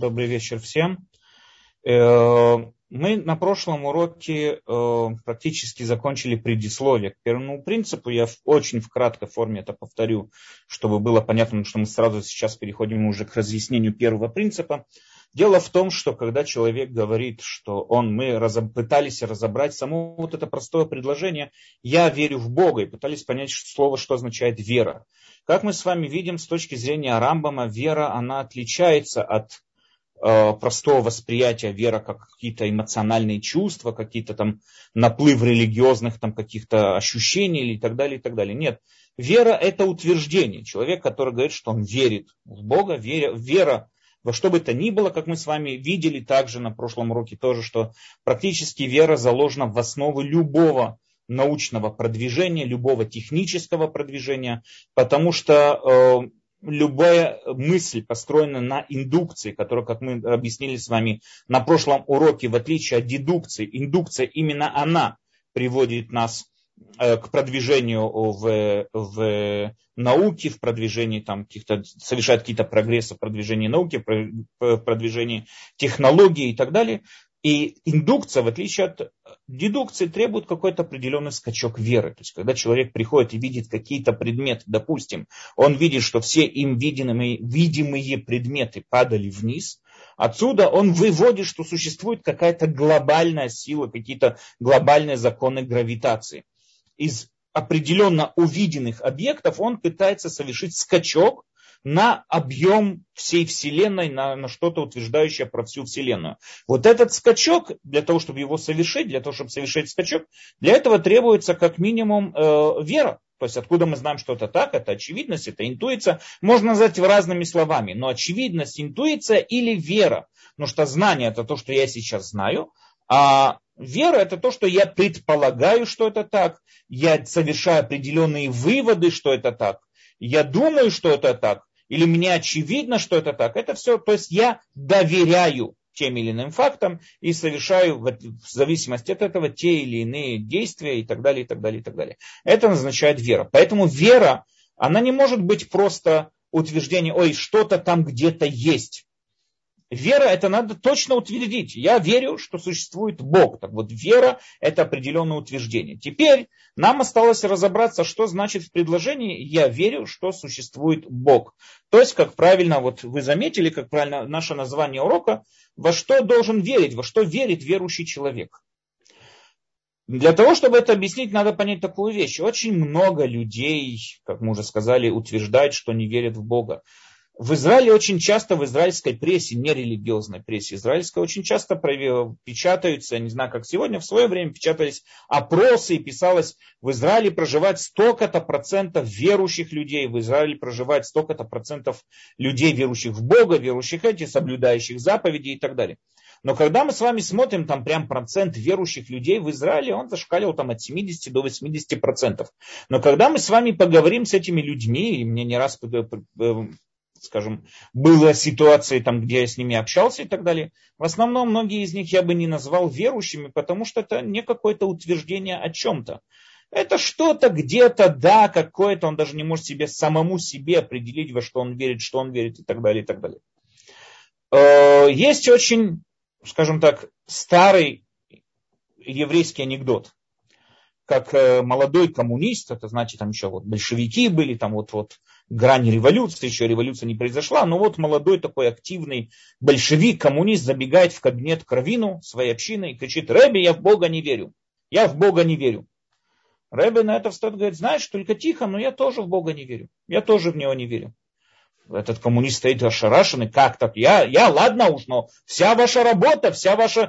Добрый вечер всем. Мы на прошлом уроке практически закончили предисловие к первому принципу. Я очень в краткой форме это повторю, чтобы было понятно, что мы сразу сейчас переходим уже к разъяснению первого принципа. Дело в том, что когда человек говорит, что мы пытались разобрать само вот это простое предложение «я верю в Бога» и пытались понять слово, что означает «вера». Как мы с вами видим, с точки зрения Рамбама, вера, она отличается от простого восприятия вера как какие-то эмоциональные чувства, какие-то там наплыв религиозных там каких-то ощущений и так далее, и так далее. Нет, вера это утверждение. Человек, который говорит, что он верит в Бога, вера во что бы то ни было, как мы с вами видели также на прошлом уроке тоже, что практически вера заложена в основу любого научного продвижения, любого технического продвижения, потому что любая мысль построена на индукции, которая, как мы объяснили с вами на прошлом уроке, в отличие от дедукции, индукция именно она приводит нас к продвижению в науке, в продвижении там совершает какие-то прогрессы в продвижении науки, в продвижении технологий и так далее. И индукция, в отличие от дедукции, требует какой-то определенный скачок веры. То есть, когда человек приходит и видит какие-то предметы, допустим, он видит, что все им видимые предметы падали вниз, отсюда он выводит, что существует какая-то глобальная сила, какие-то глобальные законы гравитации. Из определенно увиденных объектов он пытается совершить скачок на объем всей Вселенной, на что-то утверждающее про всю Вселенную. Вот этот скачок, для того, чтобы его совершить, для того, чтобы совершить скачок, для этого требуется как минимум вера. То есть откуда мы знаем, что это так, это очевидность, это интуиция. Можно назвать разными словами, но очевидность, интуиция или вера. Потому что знание это то, что я сейчас знаю, а вера это то, что я предполагаю, что это так, я совершаю определенные выводы, что это так, я думаю, что это так, или мне очевидно, что это так. Это все, то есть я доверяю тем или иным фактам и совершаю в зависимости от этого те или иные действия и так далее, и так далее, и так далее. Это означает вера. Поэтому вера, она не может быть просто утверждение, что-то там где-то есть. Вера это надо точно утвердить. Я верю, что существует Бог. Так вот, вера это определенное утверждение. Теперь нам осталось разобраться, что значит в предложении «я верю, что существует Бог». То есть, как правильно, вот вы заметили, как правильно наше название урока, во что должен верить, во что верит верующий человек. Для того, чтобы это объяснить, надо понять такую вещь. Очень много людей, как мы уже сказали, утверждают, что не верят в Бога. В Израиле очень часто, в израильской прессе, нерелигиозной прессе израильской, очень часто печатаются, не знаю, как сегодня, в свое время печатались опросы и писалось, в Израиле проживает столько-то процентов верующих людей, в Израиле проживает столько-то процентов людей, верующих в Бога, верующих соблюдающих заповеди и так далее. Но когда мы с вами смотрим, там прям процент верующих людей в Израиле, он зашкаливал там от 70 до 80%. Но когда мы с вами поговорим с этими людьми, и мне не раз скажем, была ситуация, там, где я с ними общался и так далее. В основном многие из них я бы не назвал верующими, потому что это не какое-то утверждение о чем-то. Это что-то где-то, да, какое-то, он даже не может самому себе определить, во что он верит и так далее, и так далее. Есть очень, скажем так, старый еврейский анекдот. Как молодой коммунист, это значит, там еще вот большевики были, там вот грань революции, еще революция не произошла, но вот молодой такой активный большевик, коммунист забегает в кабинет к раввину своей общины и кричит: «Ребе, я в Бога не верю, я в Бога не верю». Ребе на это встает и говорит: «Знаешь, только тихо, но я тоже в Бога не верю, я тоже в него не верю». Этот коммунист стоит ошарашенный: «Как так? Я ладно уж, но вся ваша работа, все ваши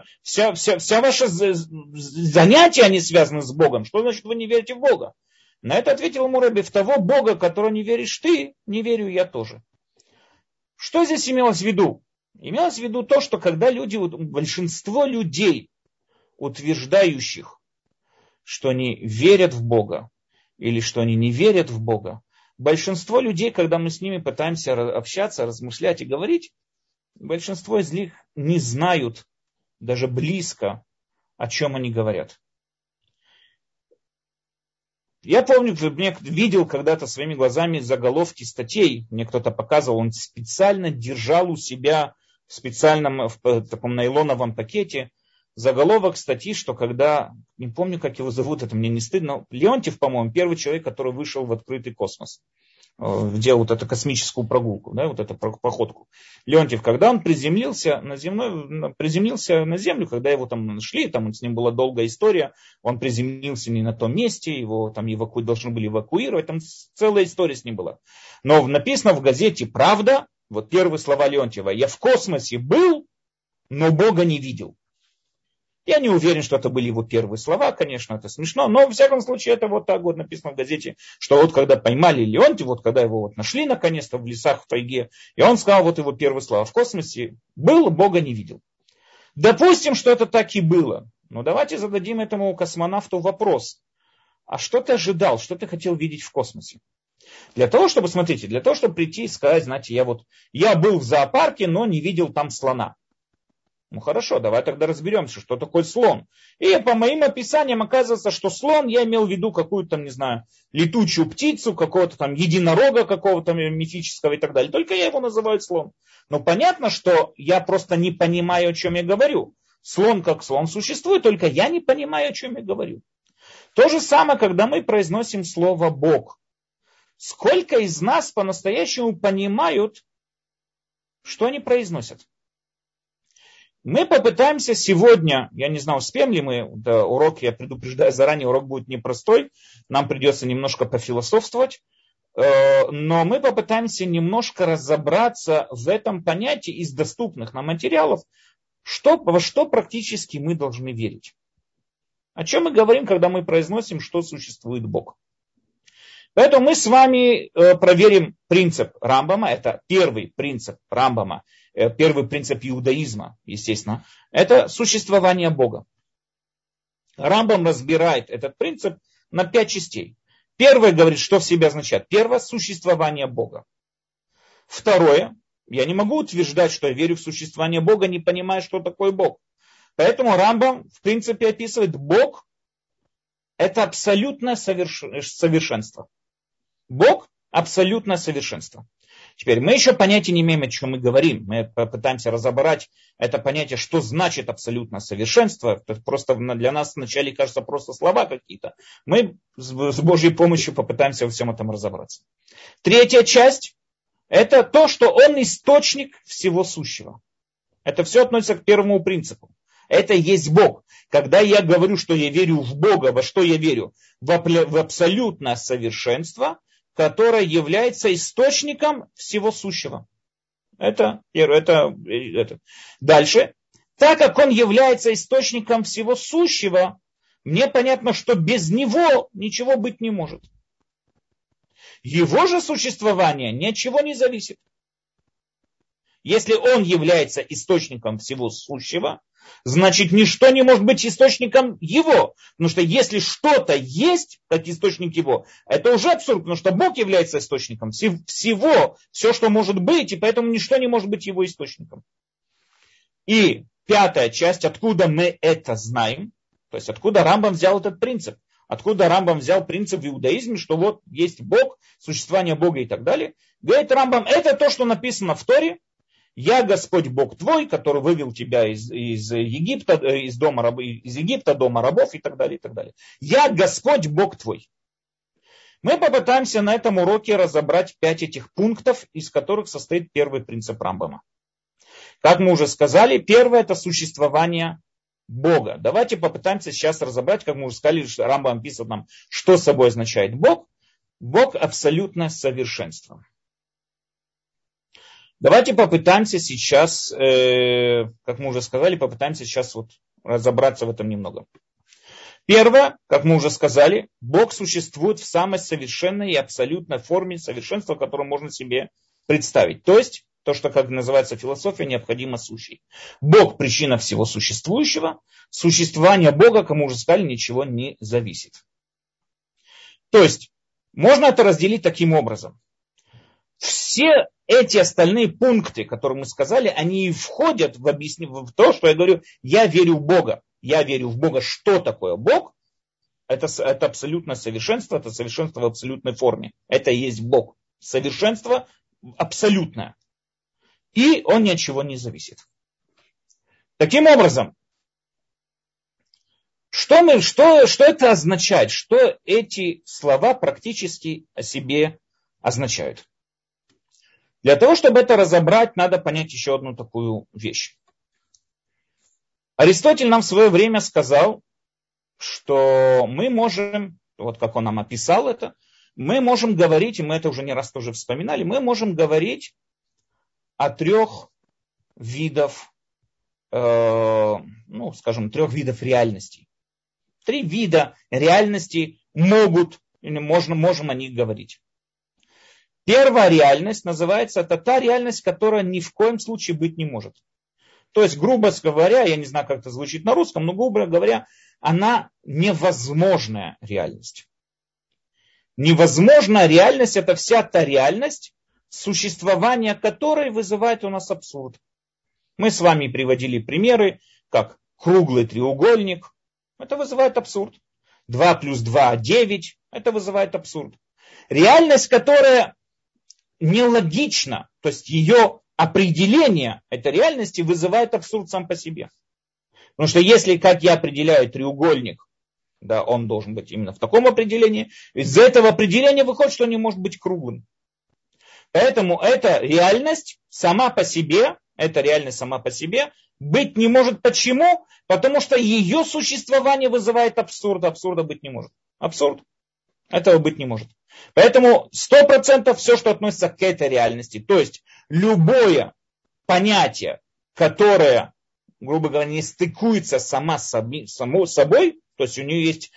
занятия, они связаны с Богом. Что значит вы не верите в Бога?» На это ответил ему Ребе: «В того Бога, которого не веришь ты, не верю я тоже». Что здесь имелось в виду? Имелось в виду то, что когда большинство людей, утверждающих, что они верят в Бога или что они не верят в Бога, большинство людей, когда мы с ними пытаемся общаться, размышлять и говорить, большинство из них не знают даже близко, о чем они говорят. Я помню, мне видел когда-то своими глазами заголовки статей, мне кто-то показывал, он специально держал у себя в специальном, в таком нейлоновом пакете, заголовок статьи, что когда, не помню, как его зовут, это мне не стыдно, Леонтьев, по-моему, первый человек, который вышел в открытый космос, делал вот эту космическую прогулку, да, вот эту походку. Леонтьев, когда он приземлился на Землю, когда его там нашли, там с ним была долгая история, он приземлился не на том месте, его там должны были эвакуировать, там целая история с ним была. Но написано в газете «Правда», вот первые слова Леонтьева: «Я в космосе был, но Бога не видел». Я не уверен, что это были его первые слова, конечно, это смешно, но, во всяком случае, это вот так вот написано в газете, что вот когда поймали Леонтьева, вот когда его вот нашли наконец-то в лесах в тайге, и он сказал вот его первые слова: в космосе был, Бога не видел. Допустим, что это так и было, но давайте зададим этому космонавту вопрос: а что ты ожидал, что ты хотел видеть в космосе? Для того, чтобы прийти и сказать, знаете, я был в зоопарке, но не видел там слона. Ну хорошо, давай тогда разберемся, что такое слон. И по моим описаниям оказывается, что слон, я имел в виду какую-то там, не знаю, летучую птицу, какого-то там единорога какого-то мифического и так далее. Только я его называю слон. Но понятно, что я просто не понимаю, о чем я говорю. Слон как слон существует, только я не понимаю, о чем я говорю. То же самое, когда мы произносим слово Бог. Сколько из нас по-настоящему понимают, что они произносят? Мы попытаемся сегодня, я не знаю, успеем ли мы, да, урок, я предупреждаю заранее, урок будет непростой, нам придется немножко пофилософствовать, но мы попытаемся немножко разобраться в этом понятии из доступных нам материалов, во что практически мы должны верить. О чем мы говорим, когда мы произносим, что существует Бог. Поэтому мы с вами проверим принцип Рамбама, это первый принцип Рамбама, первый принцип иудаизма, естественно, это существование Бога. Рамбам разбирает этот принцип на 5 частей. Первое говорит, что в себе означает. Первое — существование Бога. Второе, я не могу утверждать, что я верю в существование Бога, не понимая, что такое Бог. Поэтому Рамбам в принципе описывает: Бог — это абсолютное совершенство. Бог — абсолютное совершенство. Теперь мы еще понятия не имеем, о чем мы говорим. Мы попытаемся разобрать это понятие, что значит абсолютное совершенство. Это просто для нас вначале кажется просто слова какие-то. Мы с Божьей помощью попытаемся во всем этом разобраться. Третья часть — это то, что он источник всего сущего. Это все относится к первому принципу. Это есть Бог. Когда я говорю, что я верю в Бога, во что я верю? В абсолютное совершенство, которое является источником всего сущего. Это. Дальше. Так как он является источником всего сущего, мне понятно, что без него ничего быть не может. Его же существование ни от чего не зависит. Если он является источником всего сущего, значит, ничто не может быть источником его. Потому что если что-то есть, как источник его, это уже абсурд, потому что Бог является источником всего, все, что может быть, и поэтому ничто не может быть его источником. И пятая часть, откуда мы это знаем, то есть откуда Рамбам взял этот принцип. Откуда Рамбам взял принцип в иудаизме, что вот есть Бог, существование Бога и так далее. Говорит Рамбам, это то, что написано в Торе. Я Господь Бог твой, который вывел тебя из Египта, из Египта, дома рабов и так далее, и так далее. Я Господь Бог твой. Мы попытаемся на этом уроке разобрать 5 этих пунктов, из которых состоит первый принцип Рамбама. Как мы уже сказали, первое — это существование Бога. Давайте попытаемся сейчас разобрать, как мы уже сказали, что Рамбам пишет нам, что собой означает Бог. Бог — абсолютное совершенство. Давайте попытаемся сейчас, как мы уже сказали, разобраться в этом немного. Первое, как мы уже сказали, Бог существует в самой совершенной и абсолютной форме совершенства, которую можно себе представить. То есть, то, что, как называется философия, необходимо сущий. Бог — причина всего существующего. Существование Бога, как мы уже сказали, ничего не зависит. То есть, можно это разделить таким образом. Все эти остальные пункты, которые мы сказали, они и входят в то, что я говорю, я верю в Бога. Я верю в Бога. Что такое Бог? Это абсолютное совершенство, это совершенство в абсолютной форме. Это и есть Бог. Совершенство абсолютное. и он ни от чего не зависит. Таким образом, что это означает? Что эти слова практически о себе означают? Для того, чтобы это разобрать, надо понять еще одну такую вещь. Аристотель нам в свое время сказал, что мы можем, вот как он нам описал это, мы можем говорить, и мы это уже не раз тоже вспоминали, мы можем говорить о трех видов, трех видов реальностей. 3 вида реальности можем о них говорить. Первая реальность называется, это та реальность, которая ни в коем случае быть не может. То есть, грубо говоря, я не знаю, как это звучит на русском, но, грубо говоря, она невозможная реальность. Невозможная реальность – это вся та реальность, существование которой вызывает у нас абсурд. Мы с вами приводили примеры, как круглый треугольник. Это вызывает абсурд. 2 плюс 2 – 9. Это вызывает абсурд. Реальность, которая нелогична, то есть ее определение этой реальности вызывает абсурд сам по себе. Потому что если, как я определяю треугольник, да, он должен быть именно в таком определении, из этого определения выходит, что он не может быть круглым. Поэтому эта реальность сама по себе быть не может. Почему? Потому что ее существование вызывает абсурд. Абсурда быть не может. Абсурд. Этого быть не может. Поэтому 100% все, что относится к этой реальности, то есть любое понятие, которое, грубо говоря, не стыкуется само собой, то есть у нее есть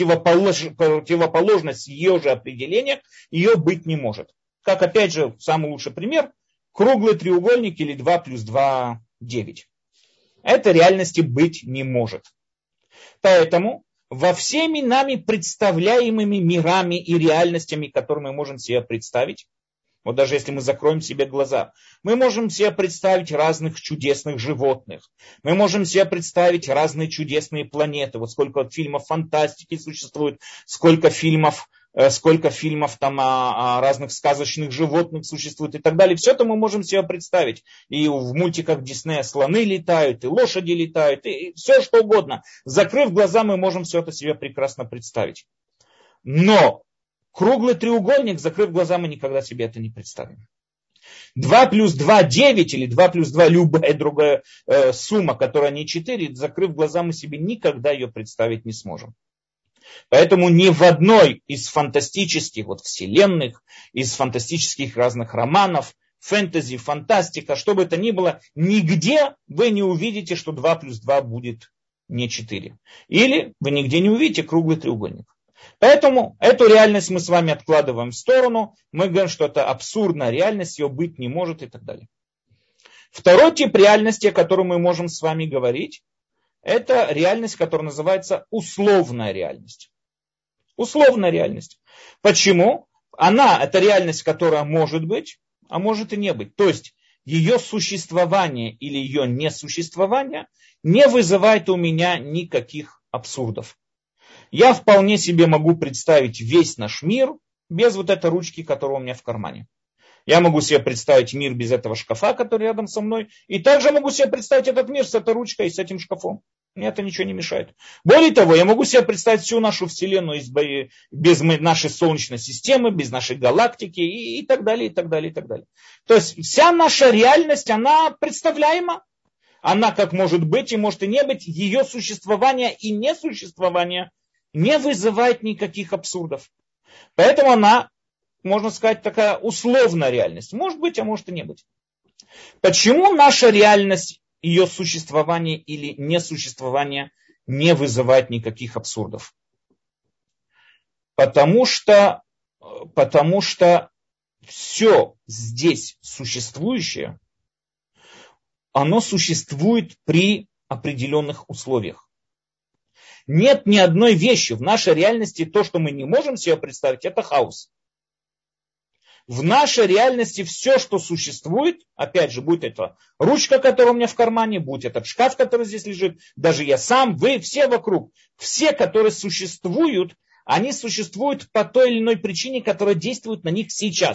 противоположность в ее же определениях, ее быть не может. Как, опять же, самый лучший пример, круглый треугольник или 2 плюс 2 – 9. Это реальности быть не может. Поэтому во всеми нами представляемыми мирами и реальностями, которые мы можем себе представить, вот даже если мы закроем себе глаза, мы можем себе представить разных чудесных животных, мы можем себе представить разные чудесные планеты, вот сколько фильмов фантастики существует, сколько фильмов там о разных сказочных животных существует и так далее. Все это мы можем себе представить. И в мультиках Диснея слоны летают, и лошади летают, и все что угодно. Закрыв глаза, мы можем все это себе прекрасно представить. Но круглый треугольник, закрыв глаза, мы никогда себе это не представим. 2 плюс 2 – 9, или 2 плюс 2 – любая другая сумма, которая не 4, закрыв глаза, мы себе никогда ее представить не сможем. Поэтому ни в одной из фантастических вселенных, из фантастических разных романов, фэнтези, фантастика, что бы это ни было, нигде вы не увидите, что 2 плюс 2 будет не 4. Или вы нигде не увидите круглый треугольник. Поэтому эту реальность мы с вами откладываем в сторону. Мы говорим, что это абсурдная реальность, ее быть не может и так далее. Второй тип реальности, о котором мы можем с вами говорить, это реальность, которая называется условная реальность. Условная реальность. Почему? Это реальность, которая может быть, а может и не быть. То есть ее существование или ее несуществование не вызывает у меня никаких абсурдов. Я вполне себе могу представить весь наш мир без вот этой ручки, которая у меня в кармане. Я могу себе представить мир без этого шкафа, который рядом со мной. И также могу себе представить этот мир с этой ручкой и с этим шкафом. Мне это ничего не мешает. Более того, я могу себе представить всю нашу Вселенную без нашей Солнечной системы, без нашей галактики и так далее, и так далее, и так далее. То есть вся наша реальность, она представляема. Она как может быть и может и не быть. Ее существование и несуществование не вызывает никаких абсурдов. Поэтому она, можно сказать, такая условная реальность. Может быть, а может и не быть. Почему наша реальность, ее существование или несуществование не вызывает никаких абсурдов? Потому что все здесь существующее, оно существует при определенных условиях. Нет ни одной вещи в нашей реальности, то, что мы не можем себе представить, это хаос. В нашей реальности все, что существует, опять же, будь это ручка, которая у меня в кармане, будь этот шкаф, который здесь лежит, даже я сам, вы, все вокруг, все, которые существуют, они существуют по той или иной причине, которая действует на них сейчас.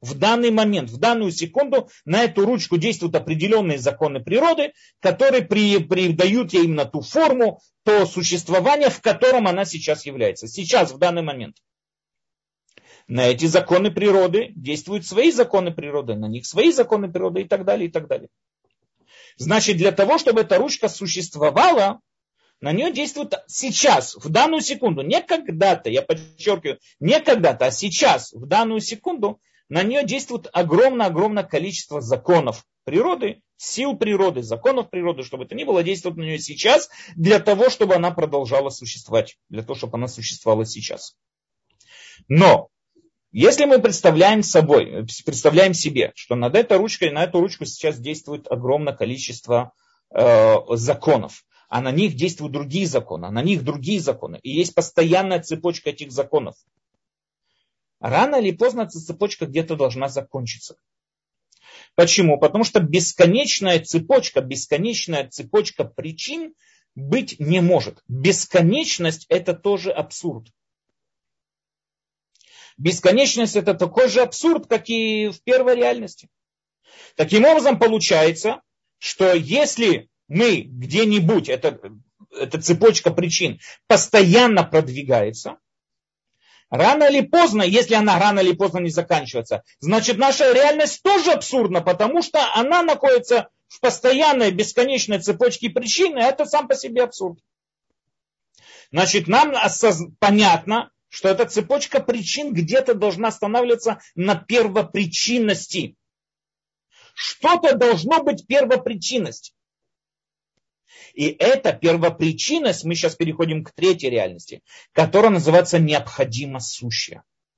в данный момент, в данную секунду на эту ручку действуют определенные законы природы, которые придают ей именно ту форму, то существование, в котором она сейчас является. Сейчас, в данный момент. На эти законы природы действуют свои законы природы, на них свои законы природы и так далее, и так далее. Значит, для того, чтобы эта ручка существовала, на нее действует сейчас, в данную секунду, не когда-то, я подчеркиваю, не когда-то, а сейчас, в данную секунду, на нее действует огромное количество законов природы, сил природы, законов природы, чтобы это ни было, действует на нее сейчас, для того, чтобы она продолжала существовать, для того, чтобы она существовала сейчас. Но, если мы представляем себе, что над этой ручкой, на эту ручку сейчас действует огромное количество законов, а на них действуют другие законы, а на них другие законы. И есть постоянная цепочка этих законов. Рано или поздно эта цепочка где-то должна закончиться. Почему? Потому что бесконечная цепочка причин быть не может. Бесконечность – это тоже абсурд. Бесконечность – это такой же абсурд, как и в первой реальности. Таким образом, получается, что если мы где-нибудь, эта цепочка причин постоянно продвигается, рано или поздно, если она рано или поздно не заканчивается, значит наша реальность тоже абсурдна, потому что она находится в постоянной бесконечной цепочке причин, и это сам по себе абсурд. Значит, нам понятно, что эта цепочка причин где-то должна останавливаться на первопричинности. Что-то должно быть первопричинность. И эта первопричинность, мы сейчас переходим к третьей реальности, которая называется необходимо сущее.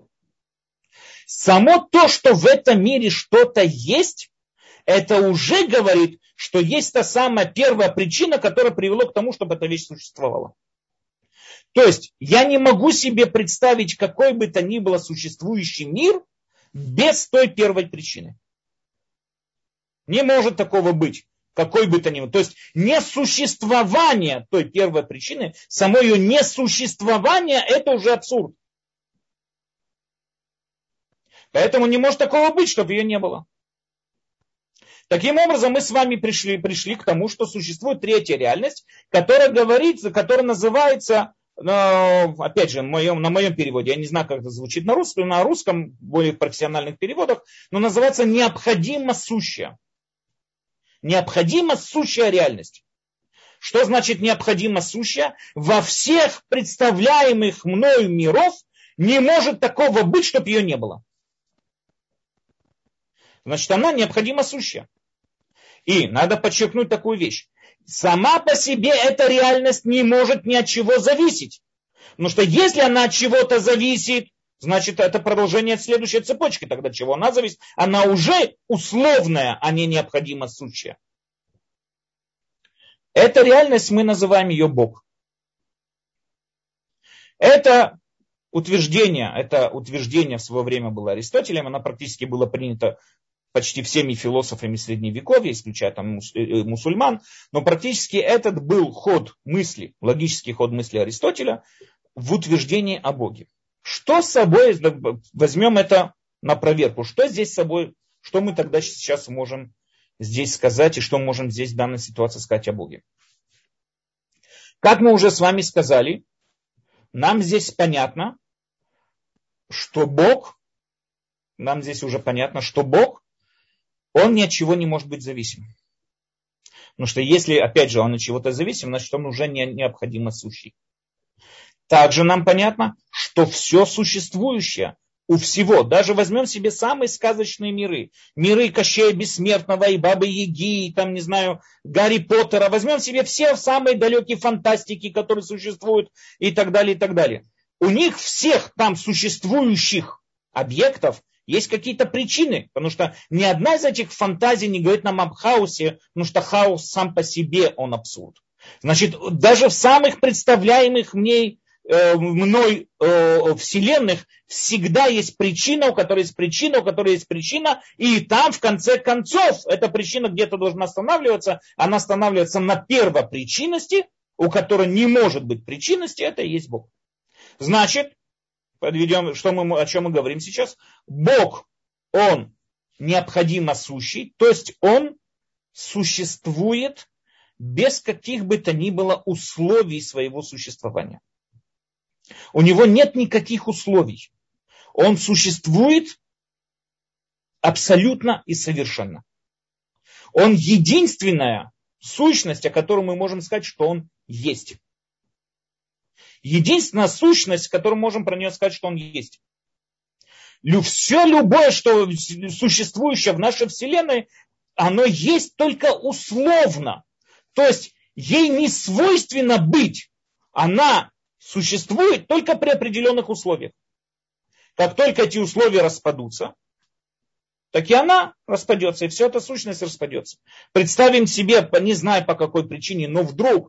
Само то, что в этом мире что-то есть, это уже говорит, что есть та самая первая причина, которая привела к тому, чтобы эта вещь существовала. То есть я не могу себе представить какой бы то ни было существующий мир без той первой причины. Не может такого быть. Какой бы то ни был. То есть несуществование той первой причины, само ее несуществование, это уже абсурд. Поэтому не может такого быть, чтобы ее не было. Таким образом, мы с вами пришли к тому, что существует третья реальность, которая называется, опять же, на моем переводе, я не знаю, как это звучит на русском, более профессиональных переводах, но называется необходимо сущее. Необходимо сущая реальность. Что значит необходимо сущая? Во всех представляемых мною миров не может такого быть, чтобы ее не было. Значит, она необходимо сущая. И надо подчеркнуть такую вещь. Сама по себе эта реальность не может ни от чего зависеть. Потому что если она от чего-то зависит, значит, это продолжение следующей цепочки. Тогда от чего она зависит? Она уже условная, а не необходимо сущая. Эта реальность, мы называем ее Бог. Это утверждение в свое время было Аристотелем, оно практически было принято почти всеми философами Средневековья, исключая там мусульман, но практически этот был ход мысли, логический ход мысли Аристотеля в утверждении о Боге. Что с собой, возьмем это на проверку, что здесь с собой, что мы тогда сейчас можем здесь сказать и что мы можем здесь в данной ситуации сказать о Боге. Как мы уже с вами сказали, нам здесь понятно, что Бог, он ни от чего не может быть зависим. Потому что если, опять же, он от чего-то зависим, значит, он уже необходимо сущий. Также нам понятно, что все существующее у всего, даже возьмем себе самые сказочные миры, миры Кощея Бессмертного и Бабы Яги, и там, не знаю, Гарри Поттера, возьмем себе все самые далекие фантастики, которые существуют, и так далее, и так далее. У них всех там существующих объектов есть какие-то причины, потому что ни одна из этих фантазий не говорит нам об хаосе, потому что хаос сам по себе, он абсурд. Значит, даже в самых представляемых мной вселенных всегда есть причина, у которой есть причина, у которой есть причина, и там в конце концов эта причина где-то должна останавливаться, она останавливается на первопричинности, у которой не может быть причинности, это и есть Бог. Значит, подведем, о чем мы говорим сейчас. Бог, он необходимо сущий, то есть он существует без каких бы то ни было условий своего существования. У него нет никаких условий. Он существует абсолютно и совершенно. Он единственная сущность, о которой мы можем сказать, что он есть. Единственная сущность, о которой мы можем про нее сказать, что он есть. Все любое, что существующее в нашей Вселенной, оно есть только условно. То есть ей не свойственно быть. Она существует только при определенных условиях. Как только эти условия распадутся, так и она распадется, и вся эта сущность распадется. Представим себе, не знаю по какой причине, но вдруг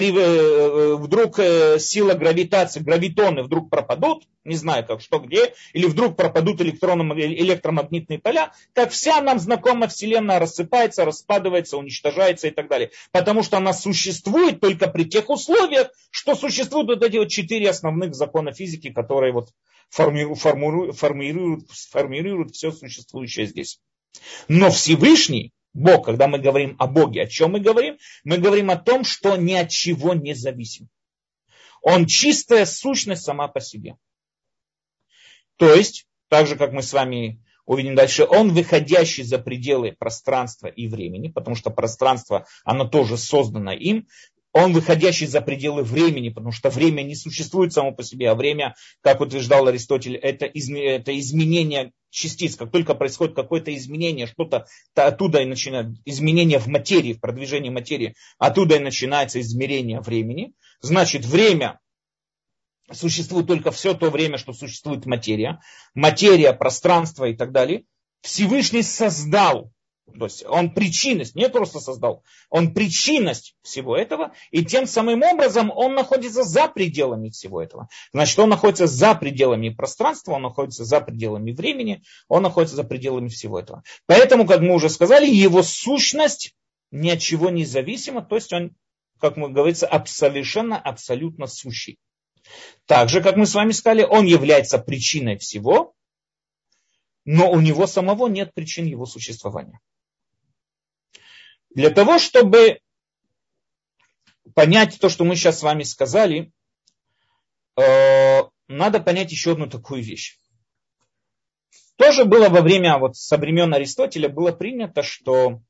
сила гравитации, гравитоны вдруг пропадут, не знаю как, что, где, или вдруг пропадут электромагнитные поля, как вся нам знакомая Вселенная рассыпается, распадывается, уничтожается и так далее. Потому что она существует только при тех условиях, что существуют вот эти вот 4 основных закона физики, которые вот формируют все существующее здесь. Но Всевышний, Бог, когда мы говорим о Боге, о чем мы говорим? Мы говорим о том, что ни от чего не зависим. Он чистая сущность сама по себе. То есть, так же, как мы с вами увидим дальше, он выходящий за пределы пространства и времени, потому что пространство, оно тоже создано им. Он выходящий за пределы времени, потому что время не существует само по себе, а время, как утверждал Аристотель, это изменение частиц. Как только происходит какое-то изменение, что-то оттуда и начинает изменение в материи, в продвижении материи, оттуда и начинается измерение времени. Значит, время существует только все то время, что существует материя, пространство и так далее. Всевышний создал. То есть он причинность, не просто создал, он причинность всего этого, и тем самым образом он находится за пределами всего этого. Значит, он находится за пределами пространства, он находится за пределами времени, он находится за пределами всего этого. Поэтому, как мы уже сказали, его сущность ни от чего не зависима, то есть он, как мы говорится, совершенно, абсолютно сущий. Так же, как мы с вами сказали, он является причиной всего, но у него самого нет причин его существования. Для того, чтобы понять то, что мы сейчас с вами сказали, надо понять еще одну такую вещь. Тоже было во время, со времен Аристотеля, было принято, что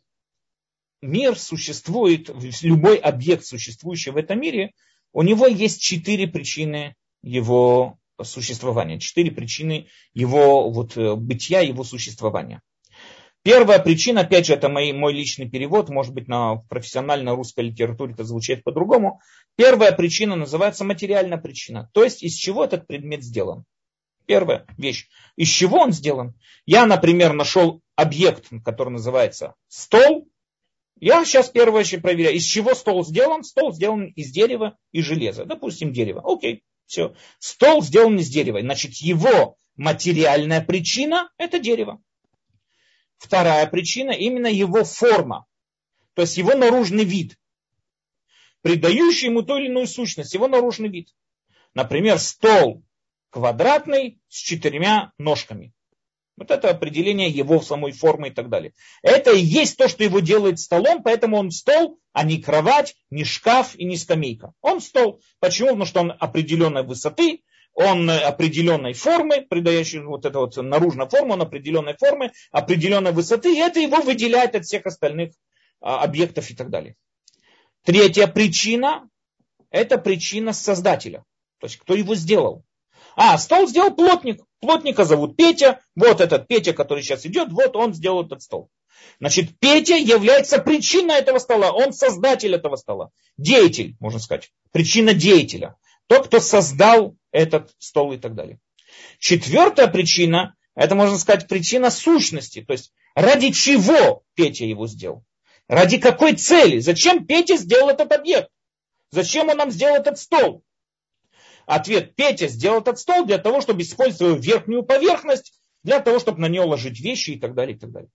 мир существует, любой объект, существующий в этом мире, у него есть 4 причины его существования, 4 причины его бытия, его существования. Первая причина, опять же, это мой личный перевод, может быть, на профессиональной русской литературе это звучит по-другому. Первая причина называется материальная причина, то есть из чего этот предмет сделан. Первая вещь, из чего он сделан. Я, например, нашел объект, который называется стол. Я сейчас первое еще проверяю, из чего стол сделан. Стол сделан из дерева и железа. Допустим, дерево. Окей, все. Стол сделан из дерева. Значит, его материальная причина – это дерево. Вторая причина – именно его форма, то есть его наружный вид, придающий ему ту или иную сущность, его наружный вид. Например, стол квадратный с 4 ножками. Вот это определение его самой формы и так далее. Это и есть то, что его делает столом, поэтому он стол, а не кровать, не шкаф и не скамейка. Он стол. Почему? Потому что он определенной высоты, он определенной формы, придающий наружную форму, он определенной формы, определенной высоты, и это его выделяет от всех остальных объектов и так далее. Третья причина – это причина создателя, то есть кто его сделал. Стол сделал плотник, плотника зовут Петя, вот этот Петя, который сейчас идет, вот он сделал этот стол. Значит, Петя является причиной этого стола, он создатель этого стола, деятель, можно сказать, причина деятеля. Тот, кто создал этот стол и так далее. Четвертая причина, это, можно сказать, причина сущности. То есть, ради чего Петя его сделал? Ради какой цели? Зачем Петя сделал этот объект? Зачем он нам сделал этот стол? Ответ: Петя сделал этот стол для того, чтобы использовать верхнюю поверхность, для того, чтобы на нее ложить вещи и так далее, и так далее.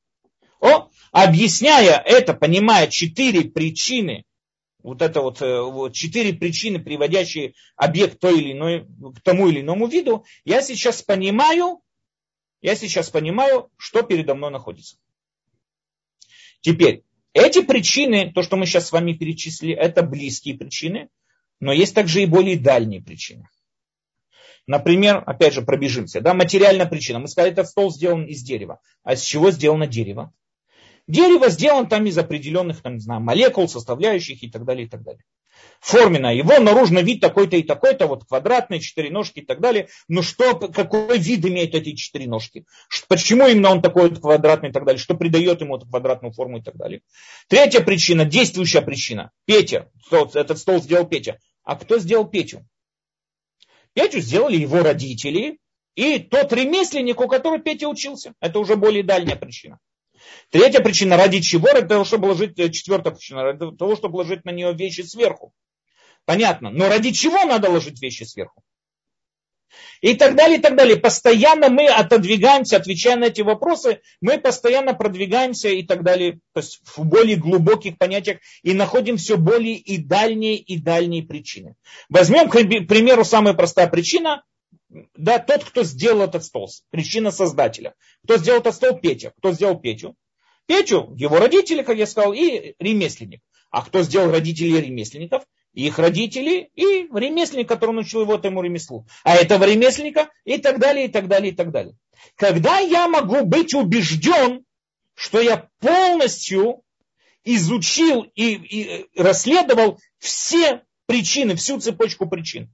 Объясняя это, понимая 4 причины, 4 причины, приводящие объект к тому или иному виду, я сейчас понимаю, я сейчас понимаю, что передо мной находится. Теперь, эти причины, то, что мы сейчас с вами перечислили, это близкие причины, но есть также и более дальние причины. Например, опять же, пробежимся. Да, материальная причина. Мы сказали, этот стол сделан из дерева. А из чего сделано дерево? Дерево сделано там из определенных, там, не знаю, молекул, составляющих и так далее, и так далее. Форменно. Его наружный вид такой-то и такой-то, вот квадратные, 4 ножки и так далее. Но что, какой вид имеют эти 4 ножки? Почему именно он такой вот квадратный и так далее? Что придает ему эту квадратную форму и так далее? Третья причина, действующая причина. Петя. Этот стол сделал Петя. А кто сделал Петю? Петю сделали его родители и тот ремесленник, у которого Петя учился. Это уже более дальняя причина. Третья причина, ради чего? Ради того, чтобы ложить, четвертая причина, ради того, чтобы ложить на нее вещи сверху. Понятно. Но ради чего надо ложить вещи сверху? И так далее, и так далее. Постоянно мы отодвигаемся, отвечая на эти вопросы, мы постоянно продвигаемся и так далее, то есть в более глубоких понятиях и находим все более и дальние причины. Возьмем, к примеру, самая простая причина, да, тот, кто сделал этот стол, причина создателя. Кто сделал этот стол? Петя. Кто сделал Петю? Петю, его родители, как я сказал, и ремесленник. А кто сделал родителей ремесленников? Их родители и ремесленник, который научил его этому ремеслу. А этого ремесленника и так далее, и так далее, и так далее. Когда я могу быть убежден, что я полностью изучил и расследовал все причины, всю цепочку причин.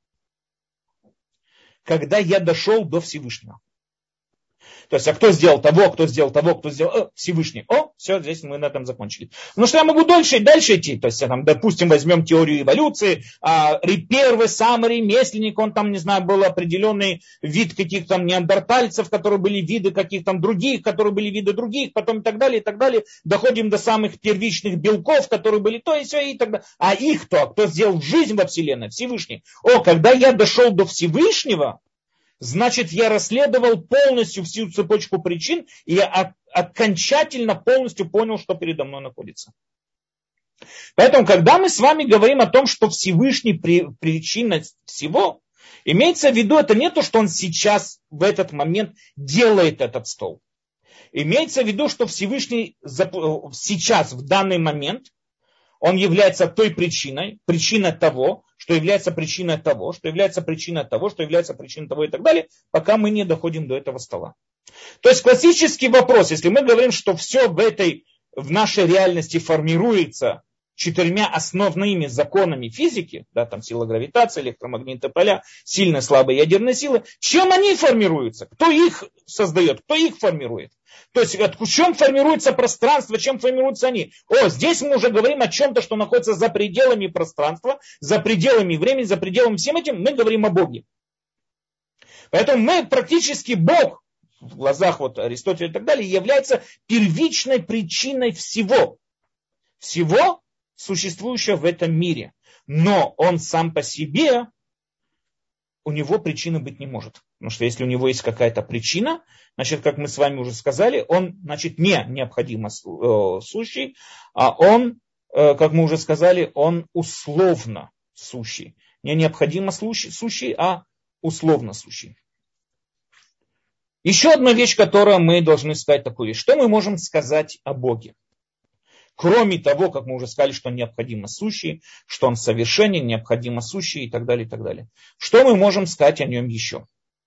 Когда я дошел до Всевышнего. То есть, а кто сделал того, кто сделал того, кто сделал Всевышний. Все, здесь мы на этом закончили. Потому что я могу дальше идти. То есть, там, допустим, возьмем теорию эволюции. Первый самый ремесленник, он там, не знаю, был определенный вид каких-то там неандертальцев, которые были виды каких-то там других, которые были виды других, потом и так далее, и так далее. Доходим до самых первичных белков, которые были то и все, и так далее. А их кто сделал жизнь во Вселенной? Всевышний. Когда я дошел до Всевышнего, значит, я расследовал полностью всю цепочку причин, и я окончательно полностью понял, что передо мной находится. Поэтому, когда мы с вами говорим о том, что Всевышний причина всего, имеется в виду, это не то, что он сейчас, в этот момент, делает этот стол. Имеется в виду, что Всевышний сейчас, в данный момент, он является той причиной того, что является причиной того, что является причиной того, что является причиной того и так далее, пока мы не доходим до этого стола. То есть классический вопрос, если мы говорим, что все в нашей реальности формируется 4 основными законами физики, да, там сила гравитации, электромагнитные поля, сильные, слабые ядерные силы, чем они формируются? Кто их создает? Кто их формирует? То есть, чем формируется пространство, чем формируются они? Здесь мы уже говорим о чем-то, что находится за пределами пространства, за пределами времени, за пределами всем этим, мы говорим о Боге. Поэтому мы практически Бог, в глазах Аристотеля и так далее, является первичной причиной всего существующего в этом мире. Но он сам по себе, у него причины быть не может. Потому что если у него есть какая-то причина, значит, как мы с вами уже сказали, он, значит, не необходимо сущий, а он, как мы уже сказали, он условно сущий. Не необходимо сущий, а условно сущий. Еще одна вещь, которую мы должны сказать такую вещь. Что мы можем сказать о Боге? Кроме того, как мы уже сказали, что он необходимо сущий, что он совершенен, необходимо сущий и так далее, и так далее. Что мы можем сказать о нем еще?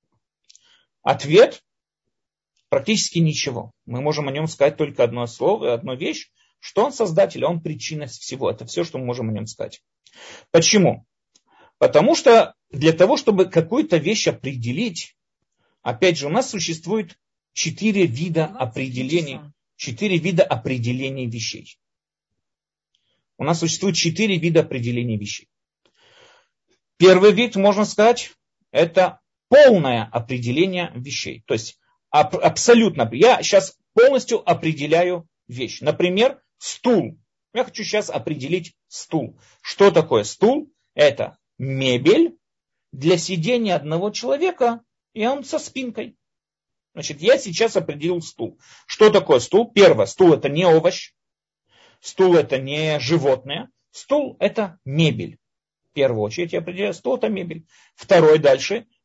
Ответ – практически ничего. Мы можем о нем сказать только одно слово, одну вещь, что он создатель, он причина всего. Это все, что мы можем о нем сказать. Почему? Потому что для того, чтобы какую-то вещь определить, опять же, у нас существует 4 вида определений. 4 вида определений вещей. У нас существует 4 вида определений вещей. Первый вид, можно сказать, это полное определение вещей. То есть абсолютно. Я сейчас полностью определяю вещь. Например, стул. Я хочу сейчас определить стул. Что такое стул? Это мебель для сидения одного человека, и он со спинкой. Значит, я сейчас определил стул. Что такое стул? Первое, стул это не овощ, стул это не животное, стул это мебель. В первую очередь я определяю, стул это мебель. Второй дальше,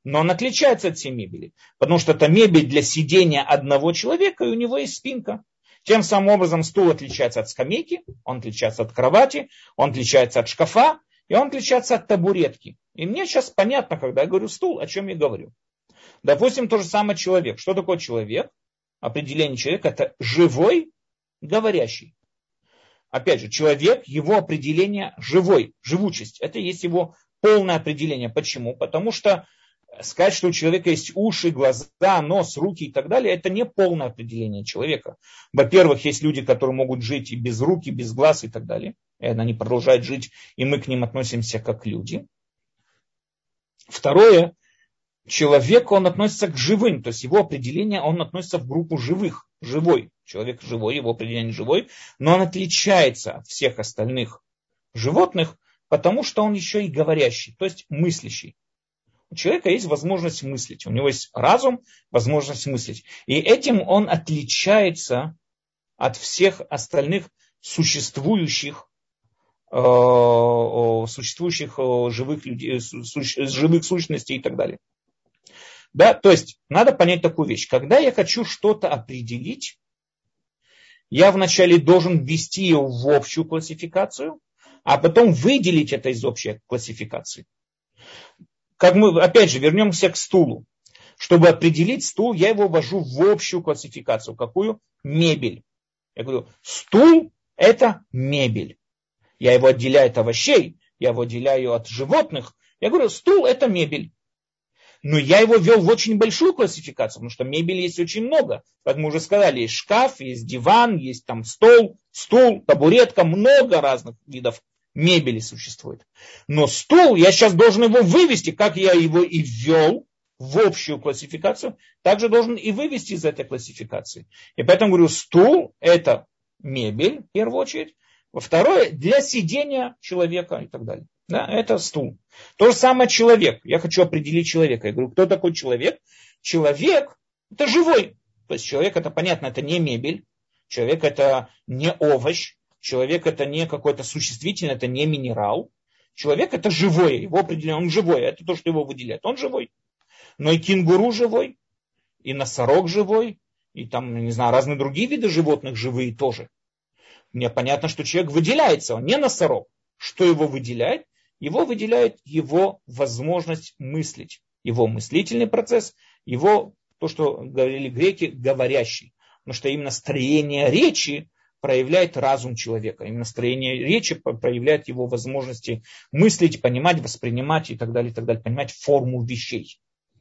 Но он отличается от всей мебели, потому что это мебель для сидения одного человека, и у него есть спинка. Тем самым образом стул отличается от скамейки, он отличается от кровати, он отличается от шкафа, и он отличается от табуретки. И мне сейчас понятно, когда я говорю стул, о чем я говорю. Допустим, то же самое человек. Что такое человек? Определение человека – это живой, говорящий. Опять же, человек, его определение живой, живучесть. Это есть его полное определение. Почему? Потому что сказать, что у человека есть уши, глаза, нос, руки и так далее, это не полное определение человека. Во-первых, есть люди, которые могут жить и без рук, и без глаз и так далее. И они продолжают жить, и мы к ним относимся как люди. Второе, человек, он относится к живым, то есть его определение, он относится в группу живых, живой. Человек живой, его определение живой, но он отличается от всех остальных животных, потому что он еще и говорящий, то есть мыслящий. У человека есть возможность мыслить, у него есть разум, возможность мыслить. И этим он отличается от всех остальных существующих живых людей, живых сущностей и так далее. Да, то есть надо понять такую вещь. Когда я хочу что-то определить, я вначале должен ввести ее в общую классификацию, а потом выделить это из общей классификации. Как мы, опять же, вернемся к стулу. Чтобы определить стул, я его ввожу в общую классификацию. Какую? Мебель. Я говорю, стул – это мебель. Я его отделяю от овощей, я его отделяю от животных. Я говорю, стул – это мебель. Но я его ввел в очень большую классификацию, потому что мебели есть очень много. Как мы уже сказали, есть шкаф, есть диван, есть там стол, стул, табуретка, много разных видов мебели существует. Но стул, я сейчас должен его вывести, как я его и ввел в общую классификацию, также должен и вывести из этой классификации. И поэтому говорю, стул – это мебель, в первую очередь. Во второе, для сидения человека и так далее. Да, это стул. То же самое человек. Я хочу определить человека. Я говорю, кто такой человек? Человек – это живой. То есть человек – это понятно, это не мебель. Человек – это не овощ. Человек – это не какой-то существительный, это не минерал. Человек – это живое. Его определение, он живой. Это то, что его выделяет. Он живой. Но и кенгуру живой, и носорог живой, и там, не знаю, разные другие виды животных живые тоже. Мне понятно, что человек выделяется, он не носорог. Что его выделяет? Его выделяет его возможность мыслить, его мыслительный процесс, его, то, что говорили греки, говорящий. Потому что именно строение речи проявляет разум человека. Именно строение речи проявляет его возможности мыслить, понимать, воспринимать и так далее, понимать форму вещей.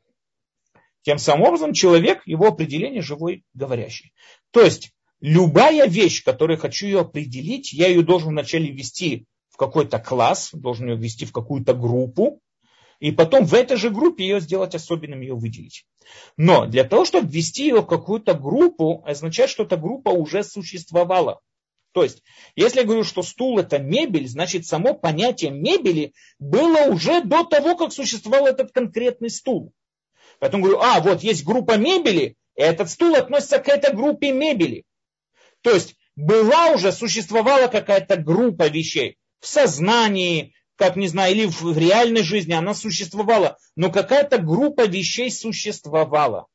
Тем самым образом человек, его определение живой говорящий. То есть любая вещь, которую я хочу ее определить, я ее должен вначале ввести в какой-то класс, должен ее ввести в какую-то группу, и потом в этой же группе ее сделать особенным, ее выделить. Но для того, чтобы ввести ее в какую-то группу, означает, что эта группа уже существовала. То есть, если я говорю, что стул это мебель, значит само понятие мебели было уже до того, как существовал этот конкретный стул. Поэтому говорю, вот есть группа мебели, и этот стул относится к этой группе мебели. То есть существовала какая-то группа вещей в сознании, как не знаю, или в реальной жизни она существовала, но какая-то группа вещей существовала.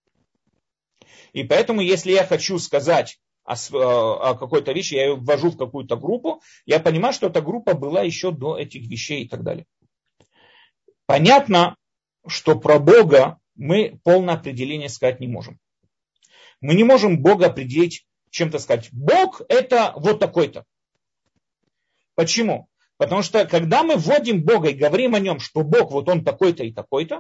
И поэтому, если я хочу сказать о какой-то вещи, я ее ввожу в какую-то группу, я понимаю, что эта группа была еще до этих вещей и так далее. Понятно, что про Бога мы полное определение сказать не можем. Мы не можем Бога определить чем-то, сказать, Бог это вот такой-то. Почему? Потому что когда мы вводим Бога и говорим о нем, что Бог вот он такой-то и такой-то,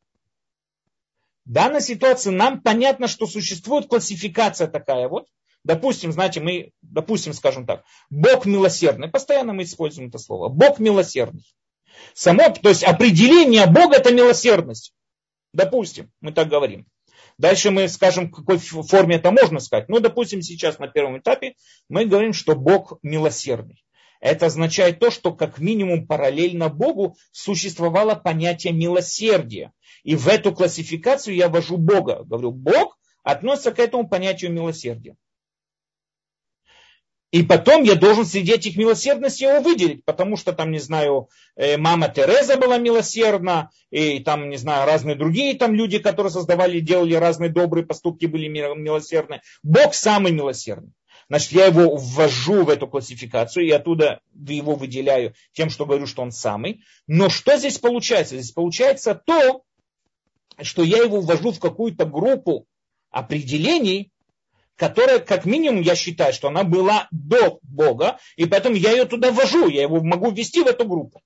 в данной ситуации нам понятно, что существует классификация такая вот. Допустим, скажем так, Бог милосердный. Постоянно мы используем это слово. Бог милосердный. То есть определение Бога это милосердность. Допустим, мы так говорим. Дальше мы скажем, в какой форме это можно сказать. Допустим, сейчас на первом этапе мы говорим, что Бог милосердный. Это означает то, что как минимум параллельно Богу существовало понятие милосердия. И в эту классификацию я ввожу Бога. Говорю, Бог относится к этому понятию милосердия. И потом я должен среди этих милосердностей его выделить, потому что там, не знаю, мама Тереза была милосердна, и там, не знаю, разные другие там люди, которые создавали, делали разные добрые поступки, были милосердны. Бог самый милосердный. Значит, я его ввожу в эту классификацию и оттуда его выделяю тем, что говорю, что он самый. Но что здесь получается? Здесь получается то, что я его ввожу в какую-то группу определений, которая, как минимум, я считаю, что она была до Бога, и поэтому я ее туда ввожу, я его могу ввести в эту группу.